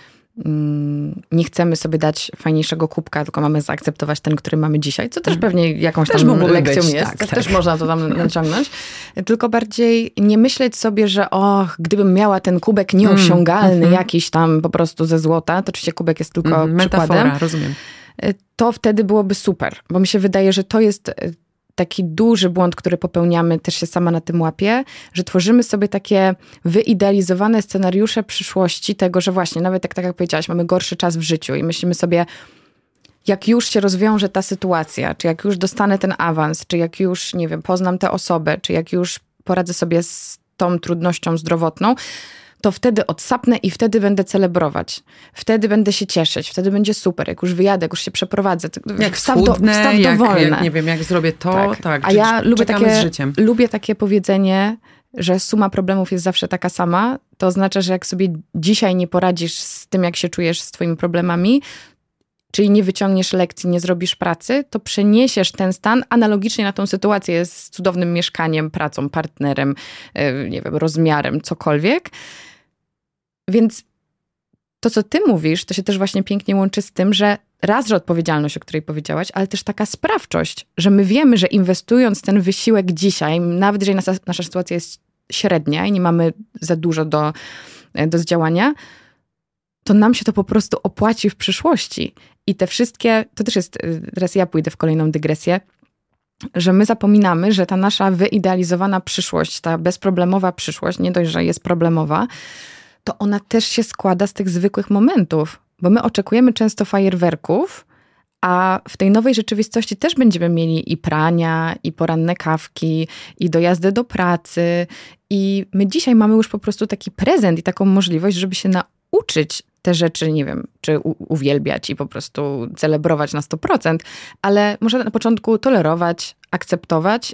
S2: mm, nie chcemy sobie dać fajniejszego kubka, tylko mamy zaakceptować ten, który mamy dzisiaj, co też pewnie jakąś
S3: też
S2: tam lekcją
S3: być,
S2: jest.
S3: tak,
S2: też,
S3: tak.
S2: też można to tam naciągnąć. Tylko bardziej nie myśleć sobie, że och, gdybym miała ten kubek nieosiągalny, mm, jakiś tam po prostu ze złota, to oczywiście kubek jest tylko mm, przykładem.
S3: Metafora, rozumiem.
S2: To wtedy byłoby super, bo mi się wydaje, że to jest taki duży błąd, który popełniamy, też się sama na tym łapię, że tworzymy sobie takie wyidealizowane scenariusze przyszłości tego, że właśnie, nawet jak, tak jak powiedziałaś, mamy gorszy czas w życiu i myślimy sobie, jak już się rozwiąże ta sytuacja, czy jak już dostanę ten awans, czy jak już, nie wiem, poznam tę osobę, czy jak już poradzę sobie z tą trudnością zdrowotną, to wtedy odsapnę i wtedy będę celebrować. Wtedy będę się cieszyć, wtedy będzie super. Jak już wyjadę, jak już się przeprowadzę.
S3: Jak
S2: wstaw
S3: schudnę,
S2: do, wstaw
S3: jak,
S2: dowolne.
S3: jak, nie wiem, jak zrobię to, tak. tak
S2: A ja lubię takie,
S3: z życiem.
S2: lubię takie powiedzenie, że suma problemów jest zawsze taka sama. To oznacza, że jak sobie dzisiaj nie poradzisz z tym, jak się czujesz z twoimi problemami, czyli nie wyciągniesz lekcji, nie zrobisz pracy, to przeniesiesz ten stan analogicznie na tą sytuację z cudownym mieszkaniem, pracą, partnerem, nie wiem, rozmiarem, cokolwiek. Więc to, co ty mówisz, to się też właśnie pięknie łączy z tym, że raz, że odpowiedzialność, o której powiedziałaś, ale też taka sprawczość, że my wiemy, że inwestując ten wysiłek dzisiaj, nawet jeżeli nasza, nasza sytuacja jest średnia i nie mamy za dużo do, do zdziałania, to nam się to po prostu opłaci w przyszłości. I te wszystkie, to też jest, teraz ja pójdę w kolejną dygresję, że my zapominamy, że ta nasza wyidealizowana przyszłość, ta bezproblemowa przyszłość, nie dość, że jest problemowa, to ona też się składa z tych zwykłych momentów. Bo my oczekujemy często fajerwerków, a w tej nowej rzeczywistości też będziemy mieli i prania, i poranne kawki, i dojazdy do pracy. I my dzisiaj mamy już po prostu taki prezent i taką możliwość, żeby się nauczyć te rzeczy, nie wiem, czy u- uwielbiać i po prostu celebrować na sto procent, ale może na początku tolerować, akceptować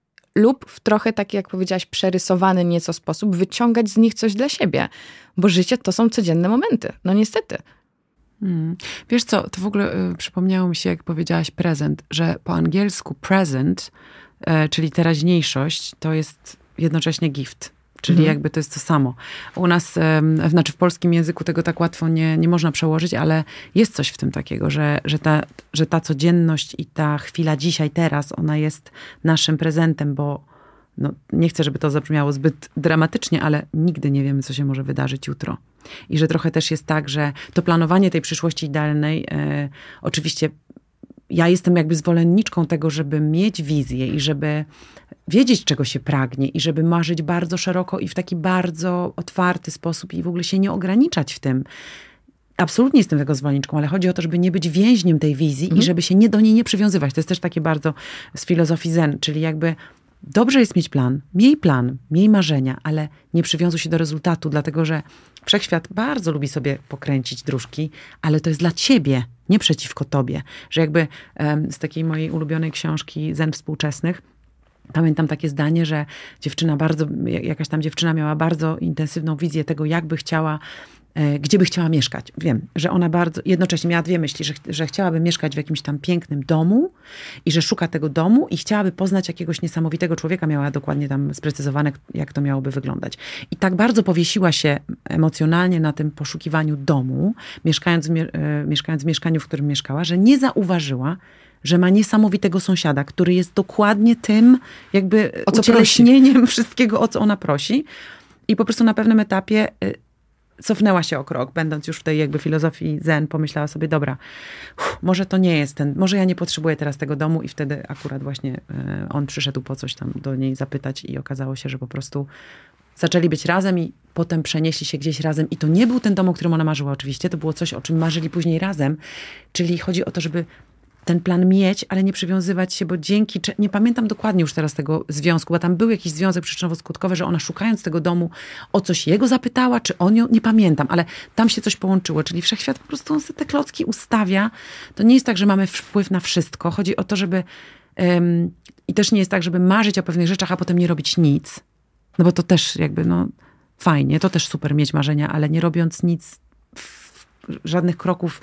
S2: lub w trochę taki, jak powiedziałaś, przerysowany nieco sposób wyciągać z nich coś dla siebie. Bo życie to są codzienne momenty. No niestety.
S3: Hmm. Wiesz co, to w ogóle y, przypomniało mi się, jak powiedziałaś prezent, że po angielsku present, y, czyli teraźniejszość, to jest jednocześnie gift. Czyli mhm. jakby to jest to samo. U nas, y, znaczy w polskim języku tego tak łatwo nie, nie można przełożyć, ale jest coś w tym takiego, że, że, ta, że ta codzienność i ta chwila dzisiaj, teraz, ona jest naszym prezentem, bo no, nie chcę, żeby to zabrzmiało zbyt dramatycznie, ale nigdy nie wiemy, co się może wydarzyć jutro. I że trochę też jest tak, że to planowanie tej przyszłości idealnej, e, oczywiście ja jestem jakby zwolenniczką tego, żeby mieć wizję i żeby wiedzieć, czego się pragnie i żeby marzyć bardzo szeroko i w taki bardzo otwarty sposób i w ogóle się nie ograniczać w tym. Absolutnie jestem tego zwolenniczką, ale chodzi o to, żeby nie być więźniem tej wizji mhm. i żeby się nie, do niej nie przywiązywać. To jest też takie bardzo z filozofii zen, czyli jakby dobrze jest mieć plan, miej plan, miej marzenia, ale nie przywiązuj się do rezultatu, dlatego że wszechświat bardzo lubi sobie pokręcić dróżki, ale to jest dla ciebie, nie przeciwko tobie. Że jakby um, z takiej mojej ulubionej książki Zen współczesnych pamiętam takie zdanie, że dziewczyna bardzo, jakaś tam dziewczyna miała bardzo intensywną wizję tego, jakby chciała, gdzie by chciała mieszkać. Wiem, że ona bardzo, jednocześnie miała dwie myśli, że, że chciałaby mieszkać w jakimś tam pięknym domu i że szuka tego domu i chciałaby poznać jakiegoś niesamowitego człowieka. Miała dokładnie tam sprecyzowane, jak to miałoby wyglądać. I tak bardzo powiesiła się emocjonalnie na tym poszukiwaniu domu, mieszkając w, mieszkając w mieszkaniu, w którym mieszkała, że nie zauważyła, że ma niesamowitego sąsiada, który jest dokładnie tym jakby ucieleśnieniem wszystkiego, o co ona prosi. I po prostu na pewnym etapie y, cofnęła się o krok, będąc już w tej jakby filozofii zen, pomyślała sobie, dobra, uff, może to nie jest ten, może ja nie potrzebuję teraz tego domu i wtedy akurat właśnie y, on przyszedł po coś tam do niej zapytać i okazało się, że po prostu zaczęli być razem i potem przenieśli się gdzieś razem i to nie był ten dom, o którym ona marzyła oczywiście, to było coś, o czym marzyli później razem, czyli chodzi o to, żeby ten plan mieć, ale nie przywiązywać się, bo dzięki, nie pamiętam dokładnie już teraz tego związku, bo tam był jakiś związek przyczynowo-skutkowy, że ona szukając tego domu o coś jego zapytała, czy on ją, nie pamiętam, ale tam się coś połączyło, czyli wszechświat po prostu on sobie te klocki ustawia. To nie jest tak, że mamy wpływ na wszystko. Chodzi o to, żeby um, i też nie jest tak, żeby marzyć o pewnych rzeczach, a potem nie robić nic. No bo to też jakby, no fajnie, to też super mieć marzenia, ale nie robiąc nic, w, żadnych kroków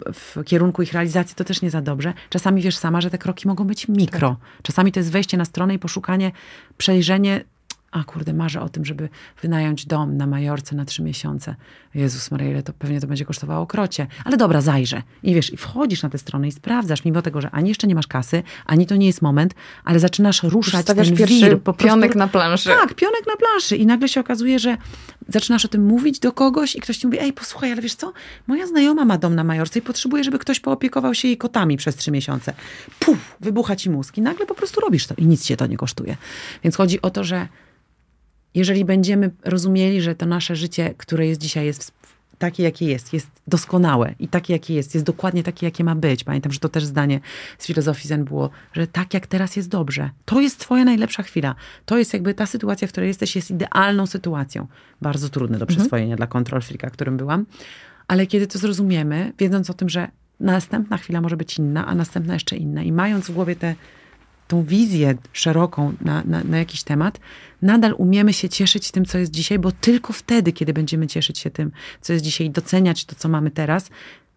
S3: w kierunku ich realizacji, to też nie za dobrze. Czasami wiesz sama, że te kroki mogą być mikro. Czasami to jest wejście na stronę i poszukanie, przejrzenie, a kurde, marzę o tym, żeby wynająć dom na Majorce na trzy miesiące. Jezus Maria, ile to pewnie to będzie kosztowało krocie. Ale dobra, zajrzę. I wiesz, i wchodzisz na tę stronę i sprawdzasz, mimo tego, że ani jeszcze nie masz kasy, ani to nie jest moment, ale zaczynasz ruszać ten
S2: pierwszy
S3: wir. Po
S2: pionek
S3: prostu,
S2: na planszy.
S3: Tak, pionek na planszy. I nagle się okazuje, że zaczynasz o tym mówić do kogoś i ktoś ci mówi, ej, posłuchaj, ale wiesz co, moja znajoma ma dom na Majorce i potrzebuje, żeby ktoś poopiekował się jej kotami przez trzy miesiące. Puf, wybucha ci mózg i nagle po prostu robisz to i nic cię to nie kosztuje. Więc chodzi o to, że jeżeli będziemy rozumieli, że to nasze życie, które jest dzisiaj, jest takie, jakie jest, jest doskonałe i takie, jakie jest, jest dokładnie takie, jakie ma być. Pamiętam, że to też zdanie z filozofii zen było, że tak jak teraz jest dobrze. To jest twoja najlepsza chwila. To jest jakby ta sytuacja, w której jesteś, jest idealną sytuacją. Bardzo trudne do przyswojenia mhm. dla control freaka, którym byłam. Ale kiedy to zrozumiemy, wiedząc o tym, że następna chwila może być inna, a następna jeszcze inna i mając w głowie tę tą wizję szeroką na, na, na jakiś temat, nadal umiemy się cieszyć tym, co jest dzisiaj, bo tylko wtedy, kiedy będziemy cieszyć się tym, co jest dzisiaj i doceniać to, co mamy teraz,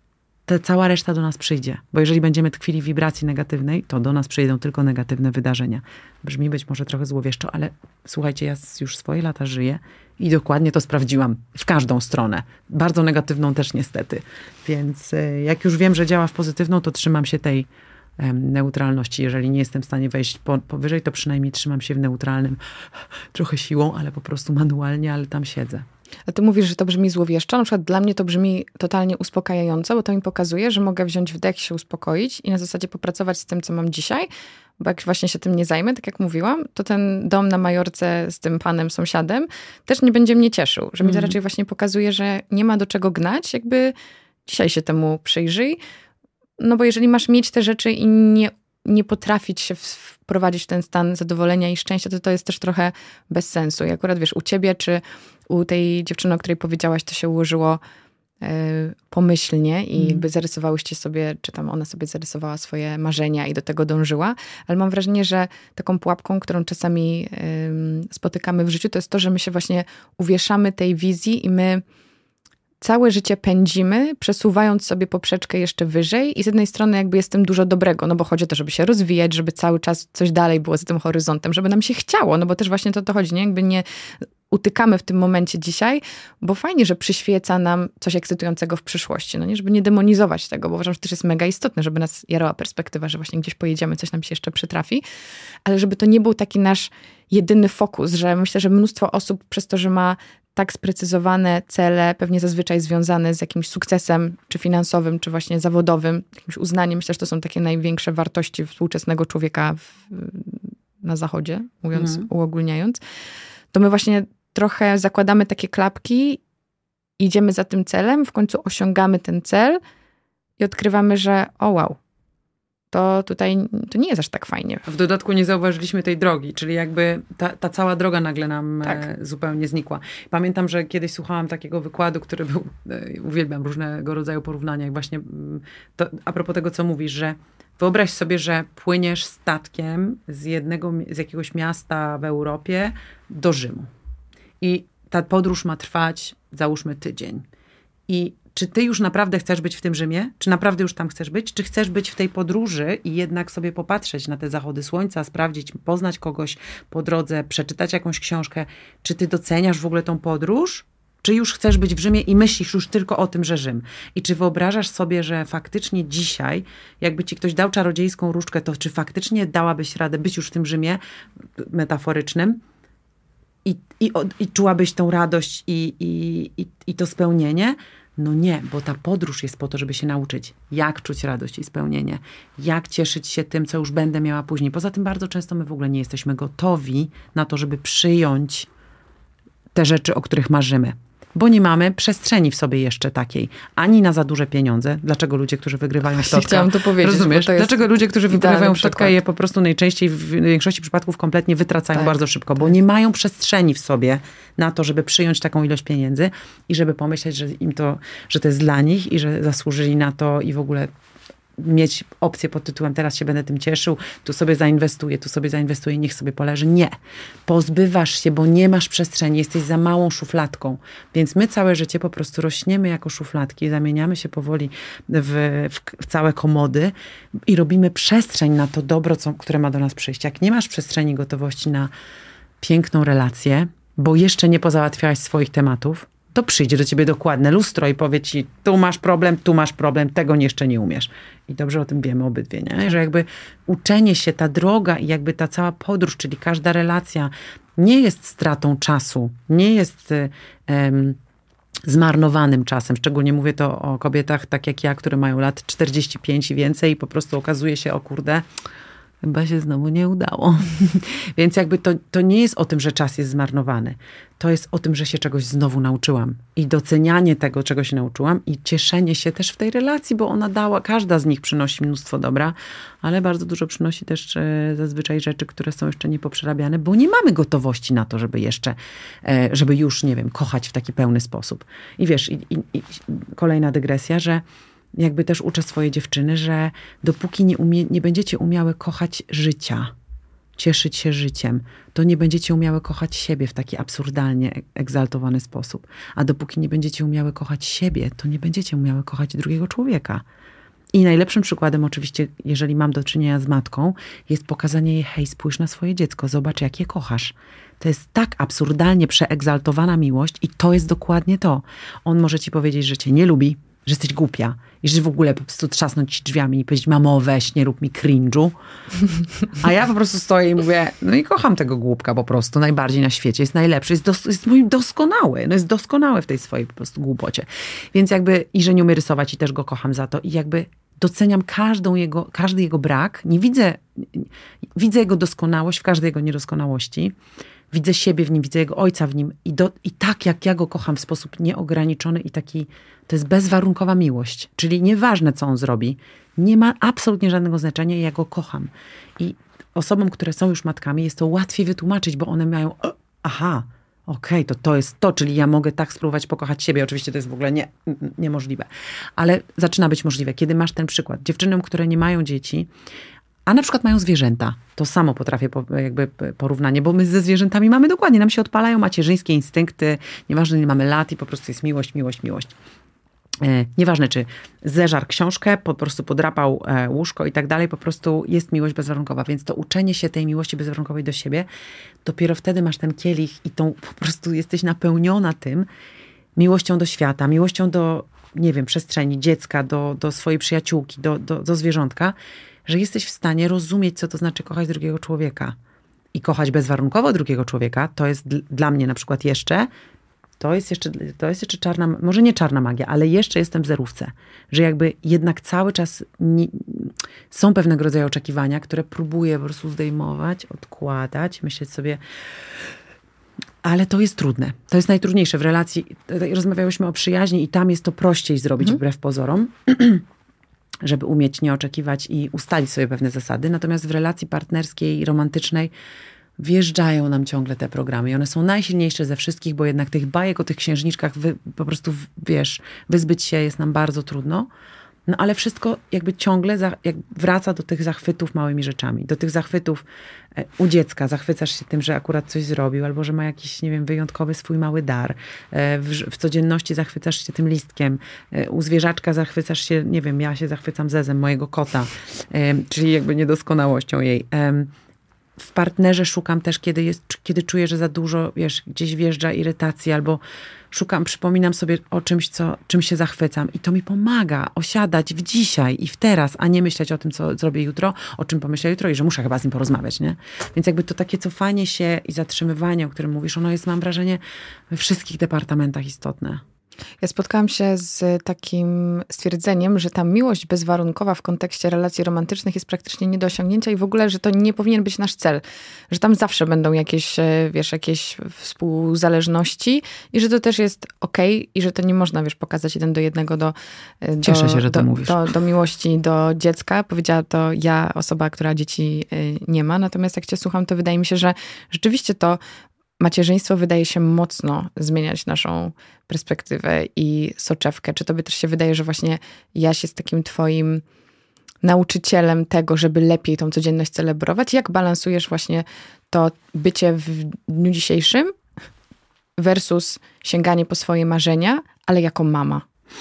S3: ta cała reszta do nas przyjdzie. Bo jeżeli będziemy tkwili w wibracji negatywnej, to do nas przyjdą tylko negatywne wydarzenia. Brzmi być może trochę złowieszczo, ale słuchajcie, ja już swoje lata żyję i dokładnie to sprawdziłam w każdą stronę. Bardzo negatywną też niestety. Więc jak już wiem, że działa w pozytywną, to trzymam się tej neutralności. Jeżeli nie jestem w stanie wejść po, powyżej, to przynajmniej trzymam się w neutralnym trochę siłą, ale po prostu manualnie, ale tam siedzę.
S2: A ty mówisz, że to brzmi złowieszczo. Na przykład dla mnie to brzmi totalnie uspokajająco, bo to mi pokazuje, że mogę wziąć wdech, się uspokoić i na zasadzie popracować z tym, co mam dzisiaj, bo jak właśnie się tym nie zajmę, tak jak mówiłam, to ten dom na Majorce z tym panem sąsiadem też nie będzie mnie cieszył. Że mi to raczej właśnie pokazuje, że nie ma do czego gnać, jakby dzisiaj się temu przyjrzyj. No bo jeżeli masz mieć te rzeczy i nie, nie potrafić się wprowadzić w ten stan zadowolenia i szczęścia, to to jest też trochę bez sensu. I akurat wiesz, u ciebie czy u tej dziewczyny, o której powiedziałaś, to się ułożyło y, pomyślnie i mm. jakby zarysowałyście sobie, czy tam ona sobie zarysowała swoje marzenia i do tego dążyła. Ale mam wrażenie, że taką pułapką, którą czasami y, spotykamy w życiu, to jest to, że my się właśnie uwieszamy tej wizji i my całe życie pędzimy, przesuwając sobie poprzeczkę jeszcze wyżej i z jednej strony jakby jest w tym dużo dobrego, no bo chodzi o to, żeby się rozwijać, żeby cały czas coś dalej było za tym horyzontem, żeby nam się chciało, no bo też właśnie to o to chodzi, nie? Jakby nie utykamy w tym momencie dzisiaj, bo fajnie, że przyświeca nam coś ekscytującego w przyszłości, no nie? Żeby nie demonizować tego, bo uważam, że to też jest mega istotne, żeby nas jarała perspektywa, że właśnie gdzieś pojedziemy, coś nam się jeszcze przytrafi, ale żeby to nie był taki nasz jedyny fokus, że myślę, że mnóstwo osób przez to, że ma tak sprecyzowane cele, pewnie zazwyczaj związane z jakimś sukcesem, czy finansowym, czy właśnie zawodowym, jakimś uznaniem. Myślę, że to są takie największe wartości współczesnego człowieka w, na zachodzie, mówiąc, mm. uogólniając. To my właśnie trochę zakładamy takie klapki, idziemy za tym celem, w końcu osiągamy ten cel i odkrywamy, że o wow, to tutaj to nie jest aż tak fajnie.
S3: W dodatku nie zauważyliśmy tej drogi, czyli jakby ta, ta cała droga nagle nam tak. e, zupełnie znikła. Pamiętam, że kiedyś słuchałam takiego wykładu, który był, e, uwielbiam różnego rodzaju porównania, jak właśnie to, a propos tego, co mówisz, że wyobraź sobie, że płyniesz statkiem z, jednego, z jakiegoś miasta w Europie do Rzymu. I ta podróż ma trwać, załóżmy, tydzień. I czy ty już naprawdę chcesz być w tym Rzymie? Czy naprawdę już tam chcesz być? Czy chcesz być w tej podróży i jednak sobie popatrzeć na te zachody słońca, sprawdzić, poznać kogoś po drodze, przeczytać jakąś książkę? Czy ty doceniasz w ogóle tą podróż? Czy już chcesz być w Rzymie i myślisz już tylko o tym, że Rzym? I czy wyobrażasz sobie, że faktycznie dzisiaj, jakby ci ktoś dał czarodziejską różdżkę, to czy faktycznie dałabyś radę być już w tym Rzymie metaforycznym? i, i, i czułabyś tą radość i, i, i, i to spełnienie? No nie, bo ta podróż jest po to, żeby się nauczyć, jak czuć radość i spełnienie, jak cieszyć się tym, co już będę miała później. Poza tym bardzo często my w ogóle nie jesteśmy gotowi na to, żeby przyjąć te rzeczy, o których marzymy. Bo nie mamy przestrzeni w sobie jeszcze takiej, ani na za duże pieniądze. Dlaczego ludzie, którzy wygrywają w totka...
S2: Chciałam to powiedzieć.
S3: Rozumiesz?
S2: To
S3: Dlaczego ludzie, którzy wygrywają w totka je po prostu najczęściej, w większości przypadków kompletnie wytracają tak, bardzo szybko, bo tak. nie mają przestrzeni w sobie na to, żeby przyjąć taką ilość pieniędzy i żeby pomyśleć, że im to, że to jest dla nich i że zasłużyli na to i w ogóle mieć opcję pod tytułem teraz się będę tym cieszył, tu sobie zainwestuję, tu sobie zainwestuję, niech sobie poleży. Nie. Pozbywasz się, bo nie masz przestrzeni, jesteś za małą szufladką. Więc my całe życie po prostu rośniemy jako szufladki, zamieniamy się powoli w, w, w całe komody i robimy przestrzeń na to dobro, co, które ma do nas przyjść. Jak nie masz przestrzeni, gotowości na piękną relację, bo jeszcze nie pozałatwiałaś swoich tematów, to przyjdzie do ciebie dokładne lustro i powie ci, tu masz problem, tu masz problem, tego jeszcze nie umiesz. I dobrze o tym wiemy obydwie, nie? Że jakby uczenie się, ta droga i jakby ta cała podróż, czyli każda relacja nie jest stratą czasu, nie jest um, zmarnowanym czasem. Szczególnie mówię to o kobietach tak jak ja, które mają lat czterdzieści pięć i więcej i po prostu okazuje się, o kurde, chyba się znowu nie udało. Więc jakby to, to nie jest o tym, że czas jest zmarnowany. To jest o tym, że się czegoś znowu nauczyłam. I docenianie tego, czego się nauczyłam i cieszenie się też w tej relacji, bo ona dała, każda z nich przynosi mnóstwo dobra, ale bardzo dużo przynosi też e, zazwyczaj rzeczy, które są jeszcze niepoprzerabiane, bo nie mamy gotowości na to, żeby jeszcze, e, żeby już, nie wiem, kochać w taki pełny sposób. I wiesz, i, i, i kolejna dygresja, że jakby też uczę swoje dziewczyny, że dopóki nie, umie, nie będziecie umiały kochać życia, cieszyć się życiem, to nie będziecie umiały kochać siebie w taki absurdalnie egzaltowany sposób. A dopóki nie będziecie umiały kochać siebie, to nie będziecie umiały kochać drugiego człowieka. I najlepszym przykładem oczywiście, jeżeli mam do czynienia z matką, jest pokazanie jej, hej, spójrz na swoje dziecko, zobacz, jak je kochasz. To jest tak absurdalnie przeegzaltowana miłość i to jest dokładnie to. On może ci powiedzieć, że cię nie lubi, że jesteś głupia i że w ogóle po prostu trzasnąć ci drzwiami i powiedzieć, mamo, weź, nie rób mi cringe'u. A ja po prostu stoję i mówię, no i kocham tego głupka po prostu, najbardziej na świecie, jest najlepszy, jest, dos- jest mój doskonały, no jest doskonały w tej swojej po prostu głupocie. Więc jakby, i że nie umie rysować i też go kocham za to i jakby doceniam każdą jego, każdy jego brak, nie widzę, widzę jego doskonałość w każdej jego niedoskonałości, widzę siebie w nim, widzę jego ojca w nim i, do, i tak jak ja go kocham w sposób nieograniczony i taki, to jest bezwarunkowa miłość. Czyli nieważne, co on zrobi, nie ma absolutnie żadnego znaczenia i ja go kocham. I osobom, które są już matkami, jest to łatwiej wytłumaczyć, bo one mają, aha, okej, okay, to to jest to, czyli ja mogę tak spróbować pokochać siebie. Oczywiście to jest w ogóle nie, niemożliwe. Ale zaczyna być możliwe, kiedy masz ten przykład. Dziewczynom, które nie mają dzieci, a na przykład mają zwierzęta. To samo potrafię jakby porównanie, bo my ze zwierzętami mamy dokładnie, nam się odpalają macierzyńskie instynkty, nieważne ile mamy lat i po prostu jest miłość, miłość, miłość. E, nieważne czy zeżarł książkę, po prostu podrapał e, łóżko i tak dalej, po prostu jest miłość bezwarunkowa. Więc to uczenie się tej miłości bezwarunkowej do siebie, dopiero wtedy masz ten kielich i tą po prostu jesteś napełniona tym miłością do świata, miłością do, nie wiem, przestrzeni, dziecka, do, do swojej przyjaciółki, do, do, do zwierzątka, że jesteś w stanie rozumieć, co to znaczy kochać drugiego człowieka. I kochać bezwarunkowo drugiego człowieka, to jest d- dla mnie na przykład jeszcze, to jest jeszcze, to jest jeszcze czarna, może nie czarna magia, ale jeszcze jestem w zerówce. Że jakby jednak cały czas nie, są pewnego rodzaju oczekiwania, które próbuję po prostu zdejmować, odkładać, myśleć sobie, ale to jest trudne. To jest najtrudniejsze w relacji. Rozmawiałyśmy o przyjaźni i tam jest to prościej zrobić mhm. wbrew pozorom. Żeby umieć nie oczekiwać i ustalić sobie pewne zasady. Natomiast w relacji partnerskiej, romantycznej wjeżdżają nam ciągle te programy i one są najsilniejsze ze wszystkich, bo jednak tych bajek o tych księżniczkach wy, po prostu, wiesz, wyzbyć się jest nam bardzo trudno. No ale wszystko jakby ciągle za, jak wraca do tych zachwytów małymi rzeczami. Do tych zachwytów e, u dziecka. Zachwycasz się tym, że akurat coś zrobił, albo że ma jakiś, nie wiem, wyjątkowy swój mały dar. E, w, w codzienności zachwycasz się tym listkiem. E, u zwierzaczka zachwycasz się, nie wiem, ja się zachwycam Zezem, mojego kota. E, czyli jakby niedoskonałością jej. E, w partnerze szukam też, kiedy jest, kiedy czuję, że za dużo, wiesz, gdzieś wjeżdża irytacja, albo szukam, przypominam sobie o czymś, co, czym się zachwycam. I to mi pomaga osiadać w dzisiaj i w teraz, a nie myśleć o tym, co zrobię jutro, o czym pomyślę jutro i że muszę chyba z nim porozmawiać, nie? Więc jakby to takie cofanie się i zatrzymywanie, o którym mówisz, ono jest, mam wrażenie, we wszystkich departamentach istotne.
S2: Ja spotkałam się z takim stwierdzeniem, że ta miłość bezwarunkowa w kontekście relacji romantycznych jest praktycznie nie do osiągnięcia i w ogóle, że to nie powinien być nasz cel. Że tam zawsze będą jakieś, wiesz, jakieś współzależności i że to też jest okej i że to nie można, wiesz, pokazać jeden do jednego do, do,
S3: Cieszę się, że to
S2: do,
S3: mówisz.
S2: Do, do miłości do dziecka. Powiedziała to ja, osoba, która dzieci nie ma. Natomiast jak cię słucham, to wydaje mi się, że rzeczywiście to macierzyństwo wydaje się mocno zmieniać naszą perspektywę i soczewkę. Czy tobie też się wydaje, że właśnie Jaś jest takim twoim nauczycielem tego, żeby lepiej tą codzienność celebrować? Jak balansujesz właśnie to bycie w dniu dzisiejszym versus sięganie po swoje marzenia, ale jako mama?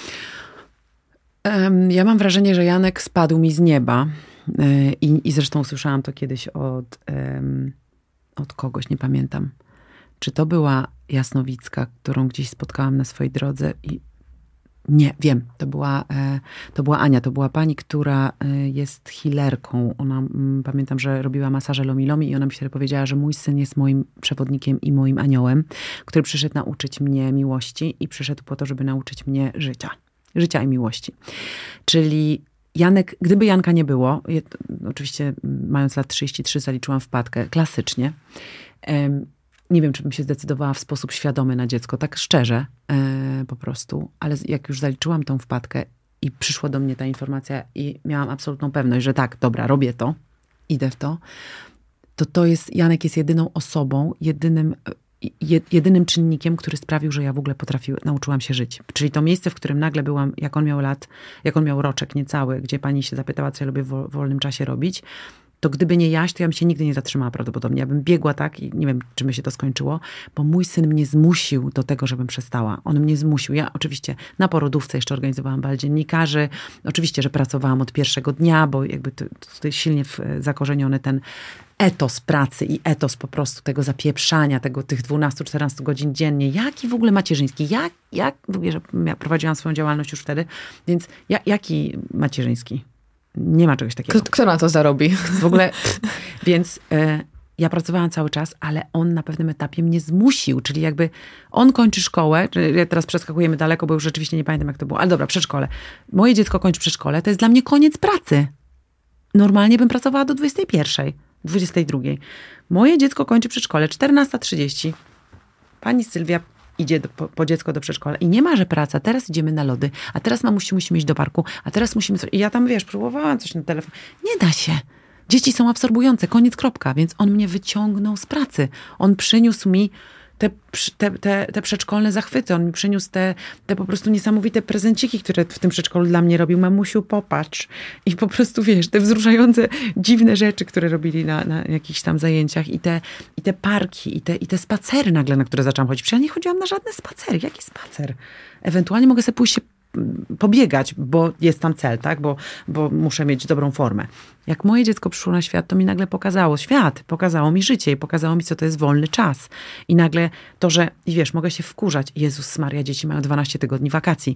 S3: Um, ja mam wrażenie, że Janek spadł mi z nieba yy, i, i zresztą usłyszałam to kiedyś od, um, od kogoś, nie pamiętam. Czy to była Jasnowicka, którą gdzieś spotkałam na swojej drodze i nie, wiem, to była, to była Ania, to była pani, która jest healerką. Ona, pamiętam, że robiła masaże Lomi Lomi i ona mi wtedy powiedziała, że mój syn jest moim przewodnikiem i moim aniołem, który przyszedł nauczyć mnie miłości i przyszedł po to, żeby nauczyć mnie życia. Życia i miłości. Czyli Janek, gdyby Janka nie było, ja, oczywiście mając lat trzydzieści trzy zaliczyłam wpadkę, klasycznie, nie wiem, czy bym się zdecydowała w sposób świadomy na dziecko, tak szczerze yy, po prostu. Ale jak już zaliczyłam tą wpadkę i przyszła do mnie ta informacja i miałam absolutną pewność, że tak, dobra, robię to, idę w to, to to jest, Janek jest jedyną osobą, jedynym, jedynym czynnikiem, który sprawił, że ja w ogóle potrafiłam, nauczyłam się żyć. Czyli to miejsce, w którym nagle byłam, jak on miał lat, jak on miał roczek niecały, gdzie pani się zapytała, co ja lubię w wolnym czasie robić, to gdyby nie Jaś, to ja bym się nigdy nie zatrzymała prawdopodobnie. Ja bym biegła tak i nie wiem, czy by się to skończyło, bo mój syn mnie zmusił do tego, żebym przestała. On mnie zmusił. Ja oczywiście na porodówce jeszcze organizowałam bal dziennikarzy. Oczywiście, że pracowałam od pierwszego dnia, bo jakby to, to jest silnie zakorzeniony ten etos pracy i etos po prostu tego zapieprzania, tego, tych dwunastu czternastu godzin dziennie. Jaki w ogóle macierzyński? Jak, jak w ogóle, że ja prowadziłam swoją działalność już wtedy, więc ja, jaki macierzyński? Nie ma czegoś takiego.
S2: Kto, kto na to zarobi?
S3: W ogóle, więc y, ja pracowałam cały czas, ale on na pewnym etapie mnie zmusił, czyli jakby on kończy szkołę, ja teraz przeskakujemy daleko, bo już rzeczywiście nie pamiętam, jak to było, ale dobra, przedszkole. Moje dziecko kończy przedszkole, to jest dla mnie koniec pracy. Normalnie bym pracowała do dwudziestej pierwszej, dwudziestej drugiej. Moje dziecko kończy przedszkole, czternasta trzydzieści. Pani Sylwia idzie do, po, po dziecko do przedszkola i nie ma, że praca, teraz idziemy na lody, a teraz mamusi musimy iść do parku, a teraz musimy coś... I ja tam, wiesz, próbowałam coś na telefon. Nie da się. Dzieci są absorbujące, koniec, kropka. Więc on mnie wyciągnął z pracy. On przyniósł mi te, te, te, te przedszkolne zachwyty. On mi przyniósł te, te po prostu niesamowite prezenciki, które w tym przedszkolu dla mnie robił. Mamusiu, popatrz. I po prostu, wiesz, te wzruszające, dziwne rzeczy, które robili na, na jakichś tam zajęciach. I te, i te parki, i te, i te spacery nagle, na które zaczęłam chodzić. Przecież ja nie chodziłam na żadne spacery. Jaki spacer? Ewentualnie mogę sobie pójść się pobiegać, bo jest tam cel, tak? Bo, bo muszę mieć dobrą formę. Jak moje dziecko przyszło na świat, to mi nagle pokazało świat, pokazało mi życie i pokazało mi, co to jest wolny czas. I nagle to, że, i wiesz, mogę się wkurzać. Jezus Maria, dzieci mają dwanaście tygodni wakacji.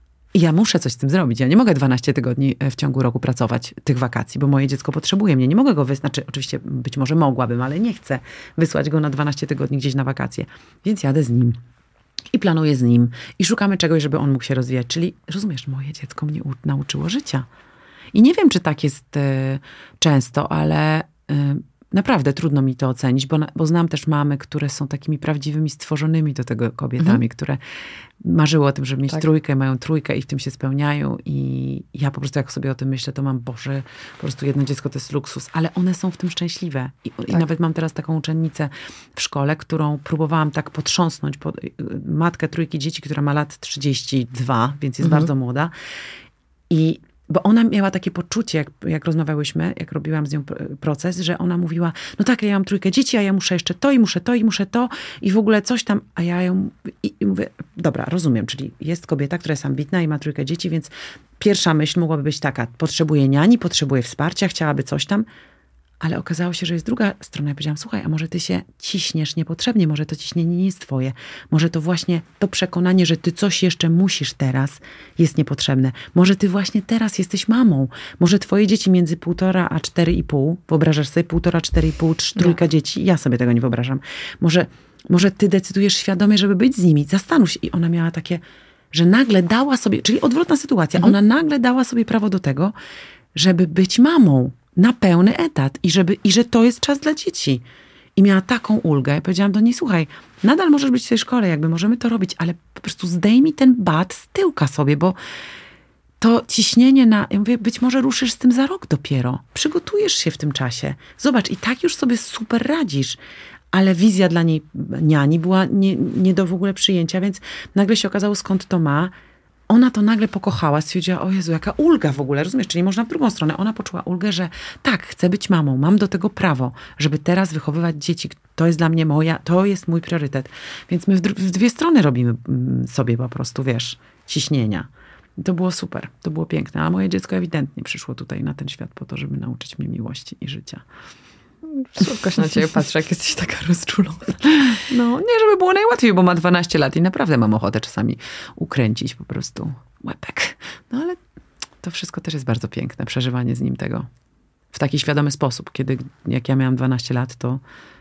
S3: I ja muszę coś z tym zrobić. Ja nie mogę dwanaście tygodni w ciągu roku pracować tych wakacji, bo moje dziecko potrzebuje mnie. Nie mogę go wysłać, znaczy oczywiście być może mogłabym, ale nie chcę wysłać go na dwanaście tygodni gdzieś na wakacje. Więc jadę z nim. I planuję z nim. I szukamy czegoś, żeby on mógł się rozwijać. Czyli, rozumiesz, moje dziecko mnie u- nauczyło życia. I nie wiem, czy tak jest y, często, ale y, naprawdę trudno mi to ocenić, bo, na, bo znam też mamy, które są takimi prawdziwymi stworzonymi do tego kobietami, mhm. które marzyły o tym, żeby mieć tak. trójkę, mają trójkę i w tym się spełniają. I ja po prostu jak sobie o tym myślę, to mam, Boże, po prostu jedno dziecko to jest luksus, ale one są w tym szczęśliwe. I, tak. i nawet mam teraz taką uczennicę w szkole, którą próbowałam tak potrząsnąć, po, matkę trójki dzieci, która ma lat trzydzieści dwa, więc jest mhm. bardzo młoda. I bo ona miała takie poczucie, jak, jak rozmawiałyśmy, jak robiłam z nią proces, że ona mówiła, no tak, ja mam trójkę dzieci, a ja muszę jeszcze to i muszę to i muszę to i w ogóle coś tam, a ja ją i, i mówię, dobra, rozumiem, czyli jest kobieta, która jest ambitna i ma trójkę dzieci, więc pierwsza myśl mogłaby być taka, potrzebuje niani, potrzebuje wsparcia, chciałaby coś tam, Ale okazało się, że jest druga strona. Ja powiedziałam, słuchaj, a może ty się ciśniesz niepotrzebnie, może to ciśnienie nie jest twoje. Może to właśnie to przekonanie, że ty coś jeszcze musisz teraz, jest niepotrzebne. Może ty właśnie teraz jesteś mamą. Może twoje dzieci między półtora a cztery i pół, wyobrażasz sobie półtora, cztery i pół, trójka no. dzieci, ja sobie tego nie wyobrażam. Może, może ty decydujesz świadomie, żeby być z nimi. Zastanów się. I ona miała takie, że nagle dała sobie, czyli odwrotna sytuacja, mhm. ona nagle dała sobie prawo do tego, żeby być mamą. Na pełny etat i, żeby, i że to jest czas dla dzieci. I miała taką ulgę. Ja powiedziałam do niej, słuchaj, nadal możesz być w tej szkole, jakby możemy to robić, ale po prostu zdejmij ten bat z tyłka sobie, bo to ciśnienie na... Ja mówię, być może ruszysz z tym za rok dopiero. Przygotujesz się w tym czasie. Zobacz, i tak już sobie super radzisz. Ale wizja dla niej niani była nie, nie do w ogóle przyjęcia, więc nagle się okazało, skąd to ma. Ona to nagle pokochała, stwierdziła, o Jezu, jaka ulga w ogóle, rozumiesz? Czyli można w drugą stronę. Ona poczuła ulgę, że tak, chcę być mamą, mam do tego prawo, żeby teraz wychowywać dzieci. To jest dla mnie moja, to jest mój priorytet. Więc my w, w dwie strony robimy sobie po prostu, wiesz, ciśnienia. I to było super, to było piękne. A moje dziecko ewidentnie przyszło tutaj na ten świat po to, żeby nauczyć mnie miłości i życia.
S2: Słodko się na ciebie patrzę, jak jesteś taka rozczulona.
S3: No, nie, żeby było najłatwiej, bo ma dwanaście lat i naprawdę mam ochotę czasami ukręcić po prostu łepek. No ale to wszystko też jest bardzo piękne, przeżywanie z nim tego w taki świadomy sposób. Kiedy, jak ja miałam dwanaście lat, to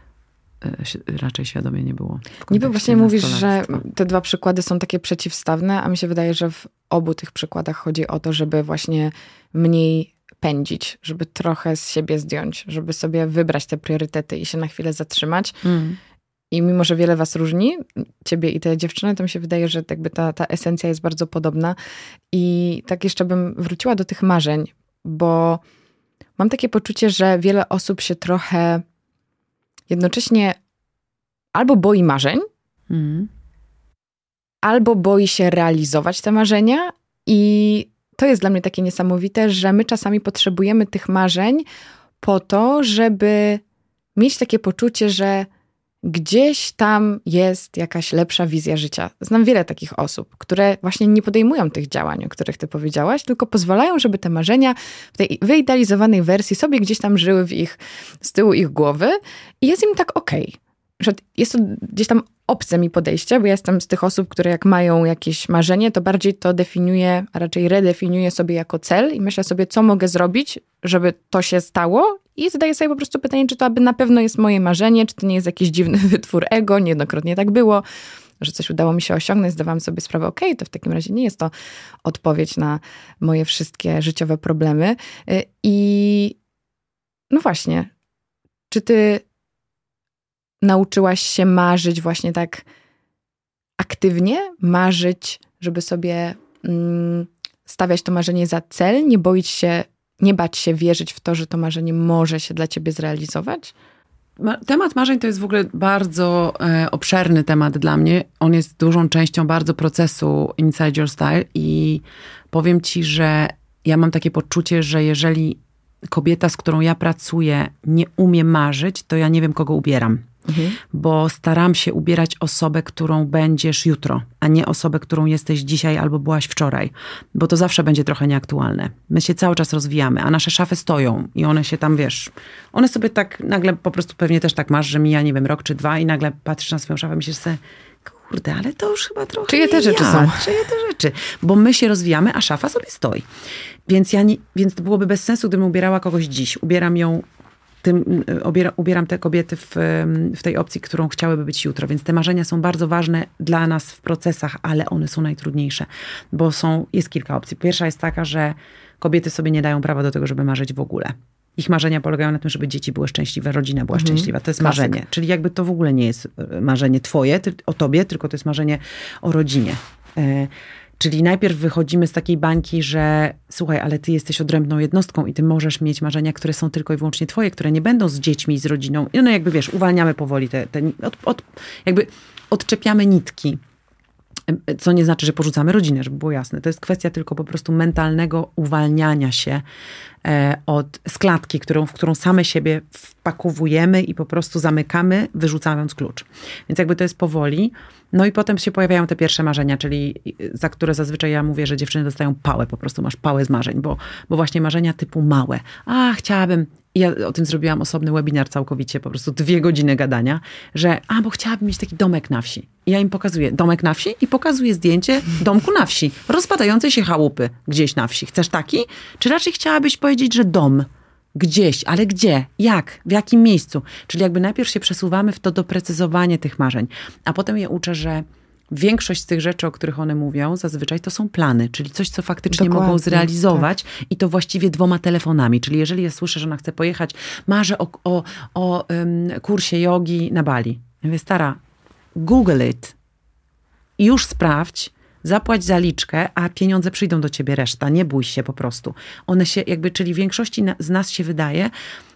S3: raczej świadomie nie było.
S2: Niby właśnie mówisz, że te dwa przykłady są takie przeciwstawne, a mi się wydaje, że w obu tych przykładach chodzi o to, żeby właśnie mniej pędzić, żeby trochę z siebie zdjąć, żeby sobie wybrać te priorytety i się na chwilę zatrzymać. Mm. I mimo, że wiele was różni, ciebie i te dziewczyny, to mi się wydaje, że jakby ta, ta esencja jest bardzo podobna. I tak jeszcze bym wróciła do tych marzeń, bo mam takie poczucie, że wiele osób się trochę jednocześnie albo boi marzeń, mm. albo boi się realizować te marzenia i to jest dla mnie takie niesamowite, że my czasami potrzebujemy tych marzeń po to, żeby mieć takie poczucie, że gdzieś tam jest jakaś lepsza wizja życia. Znam wiele takich osób, które właśnie nie podejmują tych działań, o których ty powiedziałaś, tylko pozwalają, żeby te marzenia w tej wyidealizowanej wersji sobie gdzieś tam żyły w ich, z tyłu ich głowy i jest im tak okej. Że jest to gdzieś tam obce mi podejście, bo ja jestem z tych osób, które jak mają jakieś marzenie, to bardziej to definiuję, a raczej redefiniuję sobie jako cel i myślę sobie, co mogę zrobić, żeby to się stało i zadaję sobie po prostu pytanie, czy to aby na pewno jest moje marzenie, czy to nie jest jakiś dziwny wytwór ego, niejednokrotnie tak było, że coś udało mi się osiągnąć, zdawałam sobie sprawę, okej, okay, to w takim razie nie jest to odpowiedź na moje wszystkie życiowe problemy. I no właśnie, czy ty nauczyłaś się marzyć właśnie tak aktywnie? Marzyć, żeby sobie mm, stawiać to marzenie za cel? Nie boić się, nie bać się wierzyć w to, że to marzenie może się dla ciebie zrealizować?
S3: Temat marzeń to jest w ogóle bardzo e, obszerny temat dla mnie. On jest dużą częścią bardzo procesu Inside Your Style i powiem ci, że ja mam takie poczucie, że jeżeli kobieta, z którą ja pracuję, nie umie marzyć, to ja nie wiem, kogo ubieram. Mhm. Bo staram się ubierać osobę, którą będziesz jutro, a nie osobę, którą jesteś dzisiaj albo byłaś wczoraj. Bo to zawsze będzie trochę nieaktualne. My się cały czas rozwijamy, a nasze szafy stoją i one się tam, wiesz, one sobie tak nagle po prostu pewnie też tak masz, że mija, nie wiem, rok czy dwa i nagle patrzysz na swoją szafę i myślisz sobie, kurde, ale to już chyba trochę
S2: Czyje te rzeczy
S3: ja. są? Czyje te rzeczy? Bo my się rozwijamy, a szafa sobie stoi. Więc ja nie, więc to byłoby bez sensu, gdybym ubierała kogoś dziś. Ubieram ją Tym, ubiera, ubieram te kobiety w, w tej opcji, którą chciałyby być jutro. Więc te marzenia są bardzo ważne dla nas w procesach, ale one są najtrudniejsze, bo są, jest kilka opcji. Pierwsza jest taka, że kobiety sobie nie dają prawa do tego, żeby marzyć w ogóle. Ich marzenia polegają na tym, żeby dzieci były szczęśliwe, rodzina była mhm. szczęśliwa. To jest Klasyk. marzenie. Czyli jakby to w ogóle nie jest marzenie twoje, o tobie, tylko to jest marzenie o rodzinie. Czyli najpierw wychodzimy z takiej bańki, że słuchaj, ale ty jesteś odrębną jednostką i ty możesz mieć marzenia, które są tylko i wyłącznie twoje, które nie będą z dziećmi i z rodziną. I no jakby wiesz, uwalniamy powoli te, te od, od, jakby odczepiamy nitki. Co nie znaczy, że porzucamy rodzinę, żeby było jasne. To jest kwestia tylko po prostu mentalnego uwalniania się od z klatki, którą, w którą same siebie wpakowujemy i po prostu zamykamy, wyrzucając klucz. Więc jakby to jest powoli. No i potem się pojawiają te pierwsze marzenia, czyli za które zazwyczaj ja mówię, że dziewczyny dostają pałę, po prostu masz pałę z marzeń, bo, bo właśnie marzenia typu małe. A, chciałabym I ja o tym zrobiłam osobny webinar całkowicie, po prostu dwie godziny gadania, że a, bo chciałabym mieć taki domek na wsi. I ja im pokazuję domek na wsi i pokazuję zdjęcie domku na wsi, rozpadającej się chałupy gdzieś na wsi. Chcesz taki? Czy raczej chciałabyś powiedzieć, że dom? Gdzieś, ale gdzie? Jak? W jakim miejscu? Czyli jakby najpierw się przesuwamy w to doprecyzowanie tych marzeń, a potem je uczę, że większość z tych rzeczy, o których one mówią, zazwyczaj to są plany, czyli coś, co faktycznie Dokładnie, mogą zrealizować tak. i to właściwie dwoma telefonami. Czyli jeżeli ja słyszę, że ona chce pojechać, marzę o, o, o um, kursie jogi na Bali. Ja mówię, stara, Google it. I już sprawdź, zapłać zaliczkę, a pieniądze przyjdą do ciebie reszta. Nie bój się po prostu. One się jakby, czyli większości na, z nas się wydaje,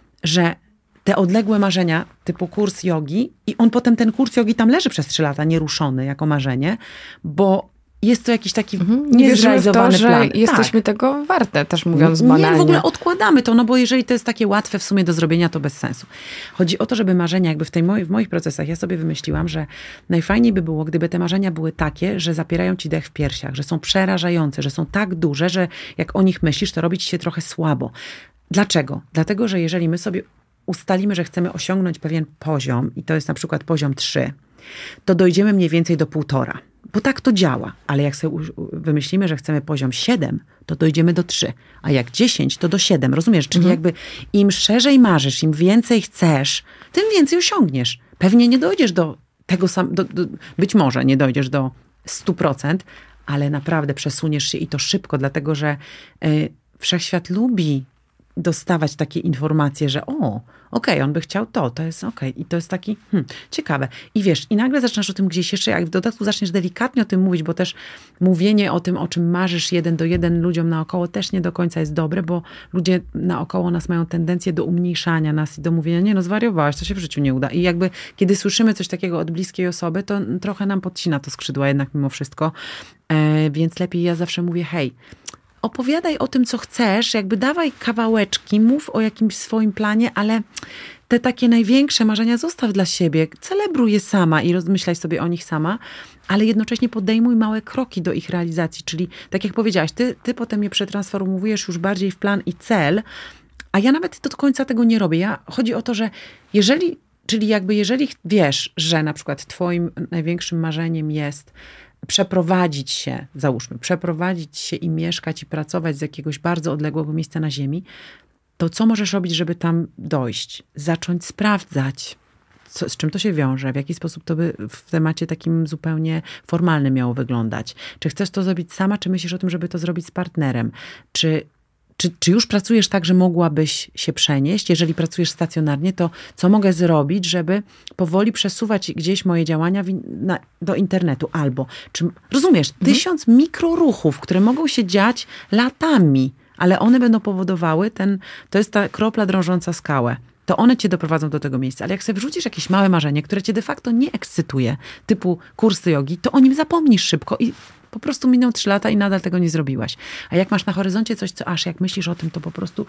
S3: że te odległe marzenia, typu kurs jogi, i on potem, ten kurs jogi tam leży przez trzy lata nieruszony jako marzenie, bo jest to jakiś taki mhm. niezrealizowany
S2: w to,
S3: plan.
S2: Że jesteśmy tak. tego warte, też mówiąc banalnie.
S3: Nie, w ogóle odkładamy to, no bo jeżeli to jest takie łatwe w sumie do zrobienia, to bez sensu. Chodzi o to, żeby marzenia, jakby w, tej moi, w moich procesach, ja sobie wymyśliłam, że najfajniej by było, gdyby te marzenia były takie, że zapierają ci dech w piersiach, że są przerażające, że są tak duże, że jak o nich myślisz, to robi ci się trochę słabo. Dlaczego? Dlatego, że jeżeli my sobie ustalimy, że chcemy osiągnąć pewien poziom i to jest na przykład poziom trzy, to dojdziemy mniej więcej do półtora. Bo tak to działa. Ale jak sobie wymyślimy, że chcemy poziom siedem, to dojdziemy do trzy. A jak dziesięć, to do siedem. Rozumiesz? Czyli mhm. jakby im szerzej marzysz, im więcej chcesz, tym więcej osiągniesz. Pewnie nie dojdziesz do tego samego, być może nie dojdziesz do stu procent, ale naprawdę przesuniesz się i to szybko, dlatego że y, wszechświat lubi dostawać takie informacje, że o, okej, okay, on by chciał to, to jest okej. Okay. I to jest taki, hmm, ciekawe. I wiesz, i nagle zaczynasz o tym gdzieś jeszcze, jak w dodatku zaczniesz delikatnie o tym mówić, bo też mówienie o tym, o czym marzysz jeden do jeden ludziom naokoło też nie do końca jest dobre, bo ludzie naokoło nas mają tendencję do umniejszania nas i do mówienia, nie no, zwariowałaś, to się w życiu nie uda. I jakby, kiedy słyszymy coś takiego od bliskiej osoby, to trochę nam podcina to skrzydła jednak mimo wszystko. E, więc lepiej ja zawsze mówię, hej, opowiadaj o tym, co chcesz, jakby dawaj kawałeczki, mów o jakimś swoim planie, ale te takie największe marzenia zostaw dla siebie. Celebruj je sama i rozmyślaj sobie o nich sama, ale jednocześnie podejmuj małe kroki do ich realizacji. Czyli tak jak powiedziałaś, ty, ty potem je przetransformujesz już bardziej w plan i cel, a ja nawet do końca tego nie robię. Ja, chodzi o to, że jeżeli, czyli jakby jeżeli wiesz, że na przykład twoim największym marzeniem jest przeprowadzić się, załóżmy, przeprowadzić się i mieszkać i pracować z jakiegoś bardzo odległego miejsca na ziemi, to co możesz robić, żeby tam dojść? Zacząć sprawdzać, co, z czym to się wiąże, w jaki sposób to by w temacie takim zupełnie formalnym miało wyglądać. Czy chcesz to zrobić sama, czy myślisz o tym, żeby to zrobić z partnerem? Czy Czy, czy już pracujesz tak, że mogłabyś się przenieść? Jeżeli pracujesz stacjonarnie, to co mogę zrobić, żeby powoli przesuwać gdzieś moje działania w, na, do internetu? Albo, czy, rozumiesz, mhm. tysiąc mikroruchów, które mogą się dziać latami, ale one będą powodowały ten, to jest ta kropla drążąca skałę. To one cię doprowadzą do tego miejsca. Ale jak sobie wrzucisz jakieś małe marzenie, które cię de facto nie ekscytuje, typu kursy jogi, to o nim zapomnisz szybko i po prostu miną trzy lata i nadal tego nie zrobiłaś. A jak masz na horyzoncie coś, co aż jak myślisz o tym, to po prostu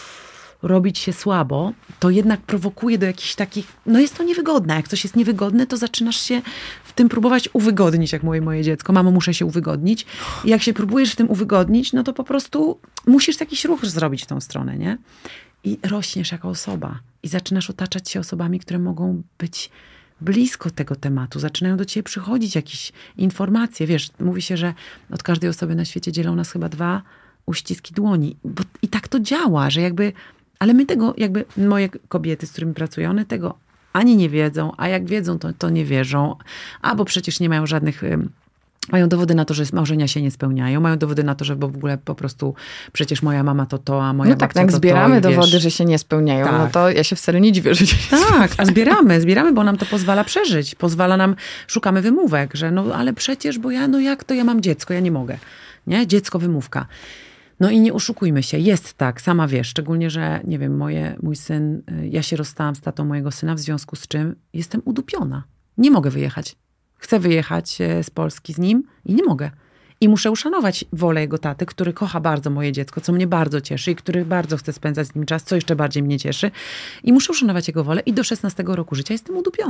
S3: robić się słabo, to jednak prowokuje do jakichś takich, no jest to niewygodne. Jak coś jest niewygodne, to zaczynasz się w tym próbować uwygodnić, jak mówi moje dziecko. Mamo, muszę się uwygodnić. I jak się próbujesz w tym uwygodnić, no to po prostu musisz jakiś ruch zrobić w tą stronę, nie? I rośniesz jako osoba. I zaczynasz otaczać się osobami, które mogą być blisko tego tematu. Zaczynają do ciebie przychodzić jakieś informacje. Wiesz, mówi się, że od każdej osoby na świecie dzielą nas chyba dwa uściski dłoni. Bo i tak to działa, że jakby, ale my tego, jakby moje kobiety, z którymi pracuję, one tego ani nie wiedzą, a jak wiedzą, to, to nie wierzą. Albo przecież nie mają żadnych... Mają dowody na to, że marzenia się nie spełniają. Mają dowody na to, że bo w ogóle po prostu przecież moja mama to to, a moja
S2: no tak,
S3: babcia
S2: tak,
S3: to
S2: zbieramy
S3: to.
S2: dowody,
S3: Wiesz,
S2: że się nie spełniają.
S3: tak.
S2: No to ja się wcale nie dziwię, że się
S3: Tak, a zbieramy, zbieramy, bo nam to pozwala przeżyć. Pozwala nam, szukamy wymówek, że no ale przecież, bo ja, no jak to ja mam dziecko, ja nie mogę. Nie? Dziecko, wymówka. No i nie oszukujmy się, jest tak, sama wiesz, szczególnie, że nie wiem, moje, mój syn, ja się rozstałam z tatą mojego syna, w związku z czym jestem udupiona. Nie mogę wyjechać. Chcę wyjechać z Polski z nim i nie mogę. I muszę uszanować wolę jego taty, który kocha bardzo moje dziecko, co mnie bardzo cieszy i który bardzo chce spędzać z nim czas, co jeszcze bardziej mnie cieszy. I muszę uszanować jego wolę i do szesnastego roku życia jestem udupiona.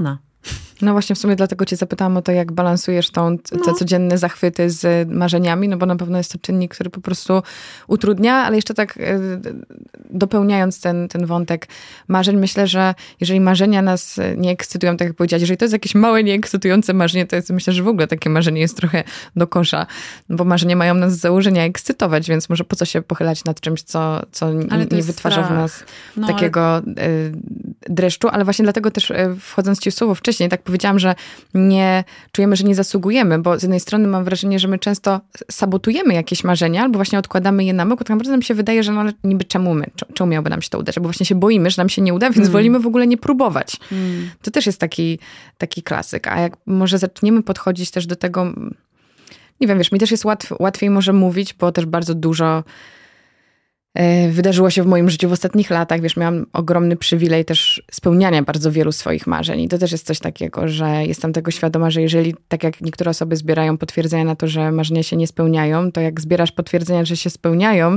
S2: No właśnie w sumie dlatego cię zapytałam o to, jak balansujesz tą, te no. codzienne zachwyty z marzeniami, no bo na pewno jest to czynnik, który po prostu utrudnia, ale jeszcze tak dopełniając ten, ten wątek marzeń, myślę, że jeżeli marzenia nas nie ekscytują, tak jak powiedziałaś, jeżeli to jest jakieś małe, nieekscytujące marzenie, to jest, myślę, że w ogóle takie marzenie jest trochę do kosza, bo marzenia mają nas z założenia ekscytować, więc może po co się pochylać nad czymś, co, co nie wytwarza strach. w nas no, takiego ale... dreszczu, ale właśnie dlatego też wchodząc ci w słowo wcześniej, tak powiedziałam, że nie czujemy, że nie zasługujemy, bo z jednej strony mam wrażenie, że my często sabotujemy jakieś marzenia, albo właśnie odkładamy je na bok, bo tak naprawdę nam się wydaje, że no ale niby czemu my, czemu miałoby nam się to udać, bo właśnie się boimy, że nam się nie uda, więc mm. wolimy w ogóle nie próbować. Mm. To też jest taki, taki klasyk. A jak może zaczniemy podchodzić też do tego, nie wiem, wiesz, mi też jest łatw, łatwiej może mówić, bo też bardzo dużo wydarzyło się w moim życiu w ostatnich latach. Wiesz, miałam ogromny przywilej też spełniania bardzo wielu swoich marzeń. I to też jest coś takiego, że jestem tego świadoma, że jeżeli, tak jak niektóre osoby zbierają potwierdzenia na to, że marzenia się nie spełniają, to jak zbierasz potwierdzenia, że się spełniają,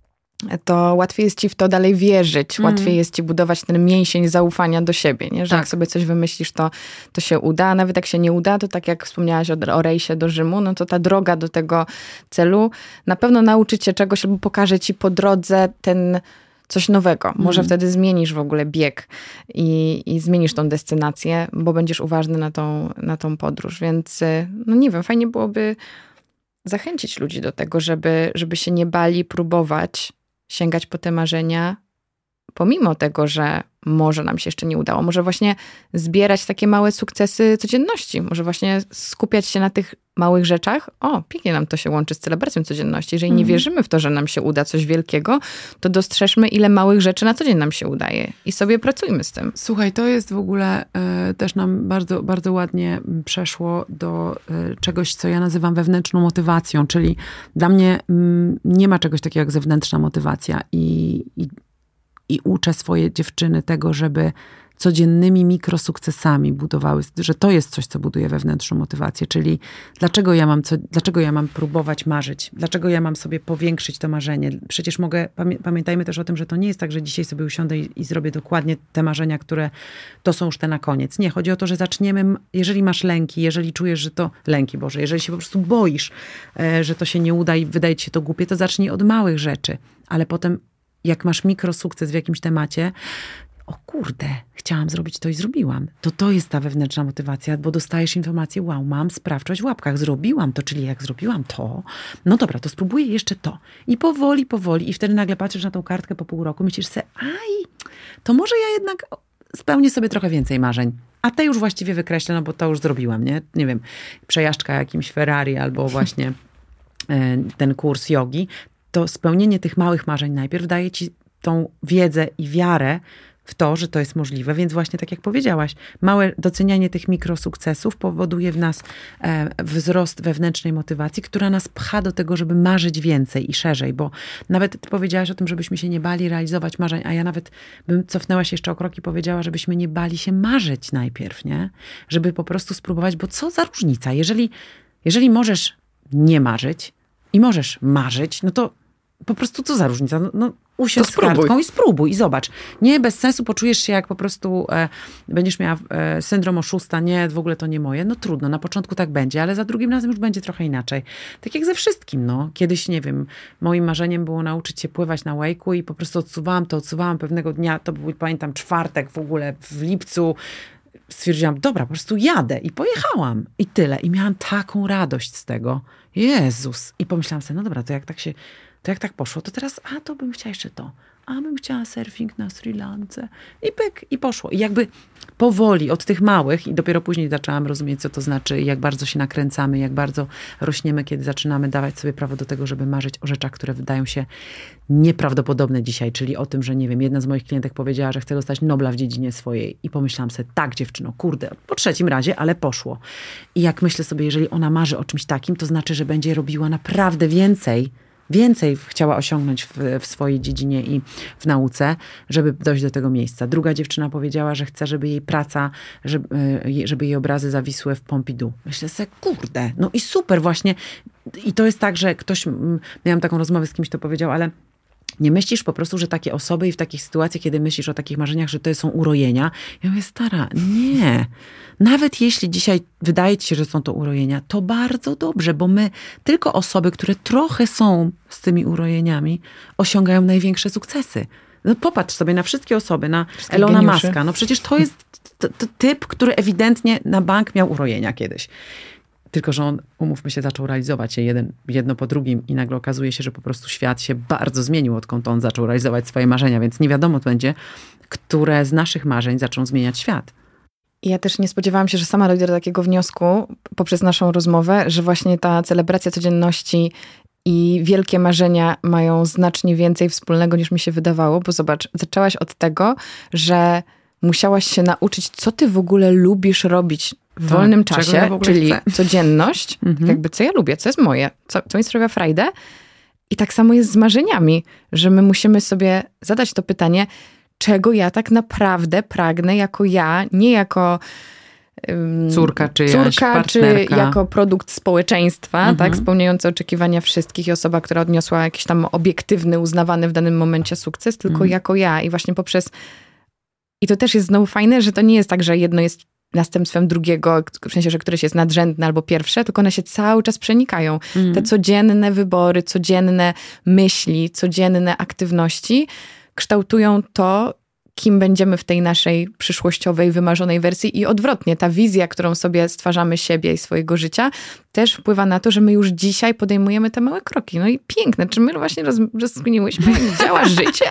S2: to łatwiej jest ci w to dalej wierzyć. Mm. Łatwiej jest ci budować ten mięsień zaufania do siebie, nie? Że tak. jak sobie coś wymyślisz, to, to się uda. A nawet jak się nie uda, to tak jak wspomniałaś o, o rejsie do Rzymu, no to ta droga do tego celu na pewno nauczy cię czegoś albo pokaże ci po drodze ten coś nowego. Może mm. wtedy zmienisz w ogóle bieg i, i zmienisz tą destynację, bo będziesz uważny na tą, na tą podróż. Więc no nie wiem, fajnie byłoby zachęcić ludzi do tego, żeby, żeby się nie bali próbować sięgać po te marzenia, pomimo tego, że może nam się jeszcze nie udało. Może właśnie zbierać takie małe sukcesy codzienności. Może właśnie skupiać się na tych małych rzeczach. O, pięknie nam to się łączy z celebracją codzienności. Jeżeli mm. nie wierzymy w to, że nam się uda coś wielkiego, to dostrzeżmy, ile małych rzeczy na co dzień nam się udaje i sobie pracujmy z tym.
S3: Słuchaj, to jest w ogóle y, też nam bardzo, bardzo ładnie przeszło do y, czegoś, co ja nazywam wewnętrzną motywacją, czyli dla mnie y, nie ma czegoś takiego jak zewnętrzna motywacja i, i I uczę swoje dziewczyny tego, żeby codziennymi mikrosukcesami budowały, że to jest coś, co buduje wewnętrzną motywację. Czyli dlaczego ja mam, co, dlaczego ja mam próbować marzyć? Dlaczego ja mam sobie powiększyć to marzenie? Przecież mogę, pamię, pamiętajmy też o tym, że to nie jest tak, że dzisiaj sobie usiądę i, i zrobię dokładnie te marzenia, które to są już te na koniec. Nie, chodzi o to, że zaczniemy, jeżeli masz lęki, jeżeli czujesz, że to, lęki Boże, jeżeli się po prostu boisz, e, że to się nie uda i wydaje ci się to głupie, to zacznij od małych rzeczy. Ale potem jak masz mikrosukces w jakimś temacie, o kurde, chciałam zrobić to i zrobiłam. To to jest ta wewnętrzna motywacja, bo dostajesz informację, wow, mam sprawczość w łapkach, zrobiłam to, czyli jak zrobiłam to, no dobra, to spróbuję jeszcze to. I powoli, powoli i wtedy nagle patrzysz na tą kartkę po pół roku, myślisz sobie, aj, to może ja jednak spełnię sobie trochę więcej marzeń. A te już właściwie wykreślę, no bo to już zrobiłam, nie? Nie wiem, przejażdżka jakimś Ferrari albo właśnie ten kurs jogi. To spełnienie tych małych marzeń najpierw daje ci tą wiedzę i wiarę w to, że to jest możliwe. Więc właśnie tak jak powiedziałaś, małe docenianie tych mikrosukcesów powoduje w nas e, wzrost wewnętrznej motywacji, która nas pcha do tego, żeby marzyć więcej i szerzej, bo nawet ty powiedziałaś o tym, żebyśmy się nie bali realizować marzeń, a ja nawet bym cofnęła się jeszcze o krok i powiedziała, żebyśmy nie bali się marzyć najpierw, nie? Żeby po prostu spróbować, bo co za różnica? Jeżeli, jeżeli możesz nie marzyć i możesz marzyć, no to po prostu co za różnica? No, no usiądź z kartką i spróbuj i zobacz. Nie, bez sensu poczujesz się jak po prostu e, będziesz miała e, syndrom oszusta, nie, w ogóle to nie moje. No trudno, na początku tak będzie, ale za drugim razem już będzie trochę inaczej. Tak jak ze wszystkim, no. Kiedyś, nie wiem, moim marzeniem było nauczyć się pływać na wejku i po prostu odsuwałam to, odsuwałam pewnego dnia, to był, pamiętam, czwartek w ogóle w lipcu. Stwierdziłam, dobra, po prostu jadę i pojechałam. I tyle. I miałam taką radość z tego. Jezus. I pomyślałam sobie, no dobra, to jak tak się To jak tak poszło, to teraz, a to bym chciała jeszcze to. A bym chciała surfing na Sri Lance. I pyk, i poszło. I jakby powoli od tych małych i dopiero później zaczęłam rozumieć, co to znaczy, jak bardzo się nakręcamy, jak bardzo rośniemy, kiedy zaczynamy dawać sobie prawo do tego, żeby marzyć o rzeczach, które wydają się nieprawdopodobne dzisiaj. Czyli o tym, że nie wiem, jedna z moich klientek powiedziała, że chce dostać Nobla w dziedzinie swojej. I pomyślałam sobie, tak dziewczyno, kurde, po trzecim razie, ale poszło. I jak myślę sobie, jeżeli ona marzy o czymś takim, to znaczy, że będzie robiła naprawdę więcej, Więcej chciała osiągnąć w, w swojej dziedzinie i w nauce, żeby dojść do tego miejsca. Druga dziewczyna powiedziała, że chce, żeby jej praca, żeby, żeby jej obrazy zawisły w Pompidou. Myślę sobie, kurde, no i super właśnie. I to jest tak, że ktoś, miałam taką rozmowę z kimś, kto powiedział, ale Nie myślisz po prostu, że takie osoby i w takich sytuacjach, kiedy myślisz o takich marzeniach, że to są urojenia. Ja mówię, stara, nie. Nawet jeśli dzisiaj wydaje ci się, że są to urojenia, to bardzo dobrze, bo my, tylko osoby, które trochę są z tymi urojeniami, osiągają największe sukcesy. No popatrz sobie na wszystkie osoby, na wszystkie Elona geniuszy. Muska. No przecież to jest to, to typ, który ewidentnie na bank miał urojenia kiedyś. Tylko że on, umówmy się, zaczął realizować je jeden, jedno po drugim i nagle okazuje się, że po prostu świat się bardzo zmienił, odkąd on zaczął realizować swoje marzenia, więc nie wiadomo będzie, które z naszych marzeń zaczną zmieniać świat.
S2: Ja też nie spodziewałam się, że sama dojdę do takiego wniosku poprzez naszą rozmowę, że właśnie ta celebracja codzienności i wielkie marzenia mają znacznie więcej wspólnego niż mi się wydawało, bo zobacz, zaczęłaś od tego, że musiałaś się nauczyć, co ty w ogóle lubisz robić w tak, wolnym czasie, ja w czyli chcę. Codzienność, mhm. jakby co ja lubię, co jest moje, co, co mi sprawia frajdę. I tak samo jest z marzeniami, że my musimy sobie zadać to pytanie, czego ja tak naprawdę pragnę jako ja, nie jako um,
S3: córka, czyjaś,
S2: córka czy jako produkt społeczeństwa, mhm. tak, spełniający oczekiwania wszystkich i osoba, która odniosła jakiś tam obiektywny, uznawany w danym momencie sukces, tylko mhm. jako ja. I właśnie poprzez... I to też jest znowu fajne, że to nie jest tak, że jedno jest następstwem drugiego, w sensie, że któreś jest nadrzędne albo pierwsze, tylko one się cały czas przenikają. Mm. Te codzienne wybory, codzienne myśli, codzienne aktywności kształtują to, kim będziemy w tej naszej przyszłościowej, wymarzonej wersji i odwrotnie. Ta wizja, którą sobie stwarzamy siebie i swojego życia, też wpływa na to, że my już dzisiaj podejmujemy te małe kroki. No i piękne. Czy my właśnie roz, rozkminiłyśmy, jak działa życie?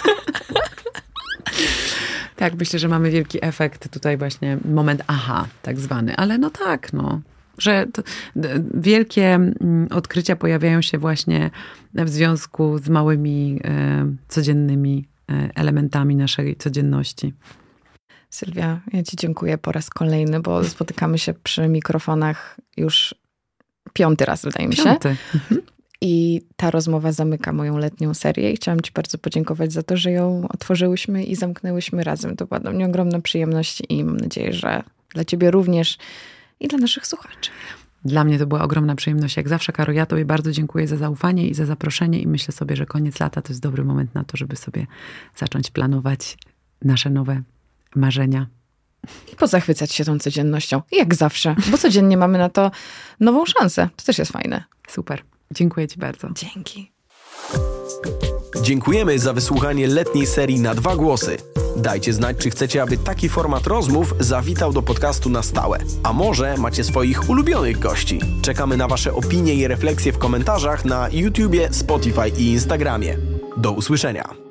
S3: Tak, myślę, że mamy wielki efekt tutaj właśnie, moment aha, tak zwany. Ale no tak, no, że to, wielkie odkrycia pojawiają się właśnie w związku z małymi, e, codziennymi elementami naszej codzienności.
S2: Sylwia, ja ci dziękuję po raz kolejny, bo spotykamy się przy mikrofonach już piąty raz, wydaje mi się.
S3: Piąty. Mhm.
S2: I ta rozmowa zamyka moją letnią serię i chciałam ci bardzo podziękować za to, że ją otworzyłyśmy i zamknęłyśmy razem. To była dla mnie ogromna przyjemność i mam nadzieję, że dla ciebie również i dla naszych słuchaczy.
S3: Dla mnie to była ogromna przyjemność. Jak zawsze, Karo, ja tobie bardzo dziękuję za zaufanie i za zaproszenie i myślę sobie, że koniec lata to jest dobry moment na to, żeby sobie zacząć planować nasze nowe marzenia.
S2: I pozachwycać się tą codziennością. Jak zawsze, bo codziennie mamy na to nową szansę. To też jest fajne.
S3: Super. Dziękuję ci bardzo.
S2: Dzięki.
S1: Dziękujemy za wysłuchanie letniej serii Na dwa głosy. Dajcie znać, czy chcecie, aby taki format rozmów zawitał do podcastu na stałe. A może macie swoich ulubionych gości? Czekamy na wasze opinie i refleksje w komentarzach na YouTubie, Spotify i Instagramie. Do usłyszenia.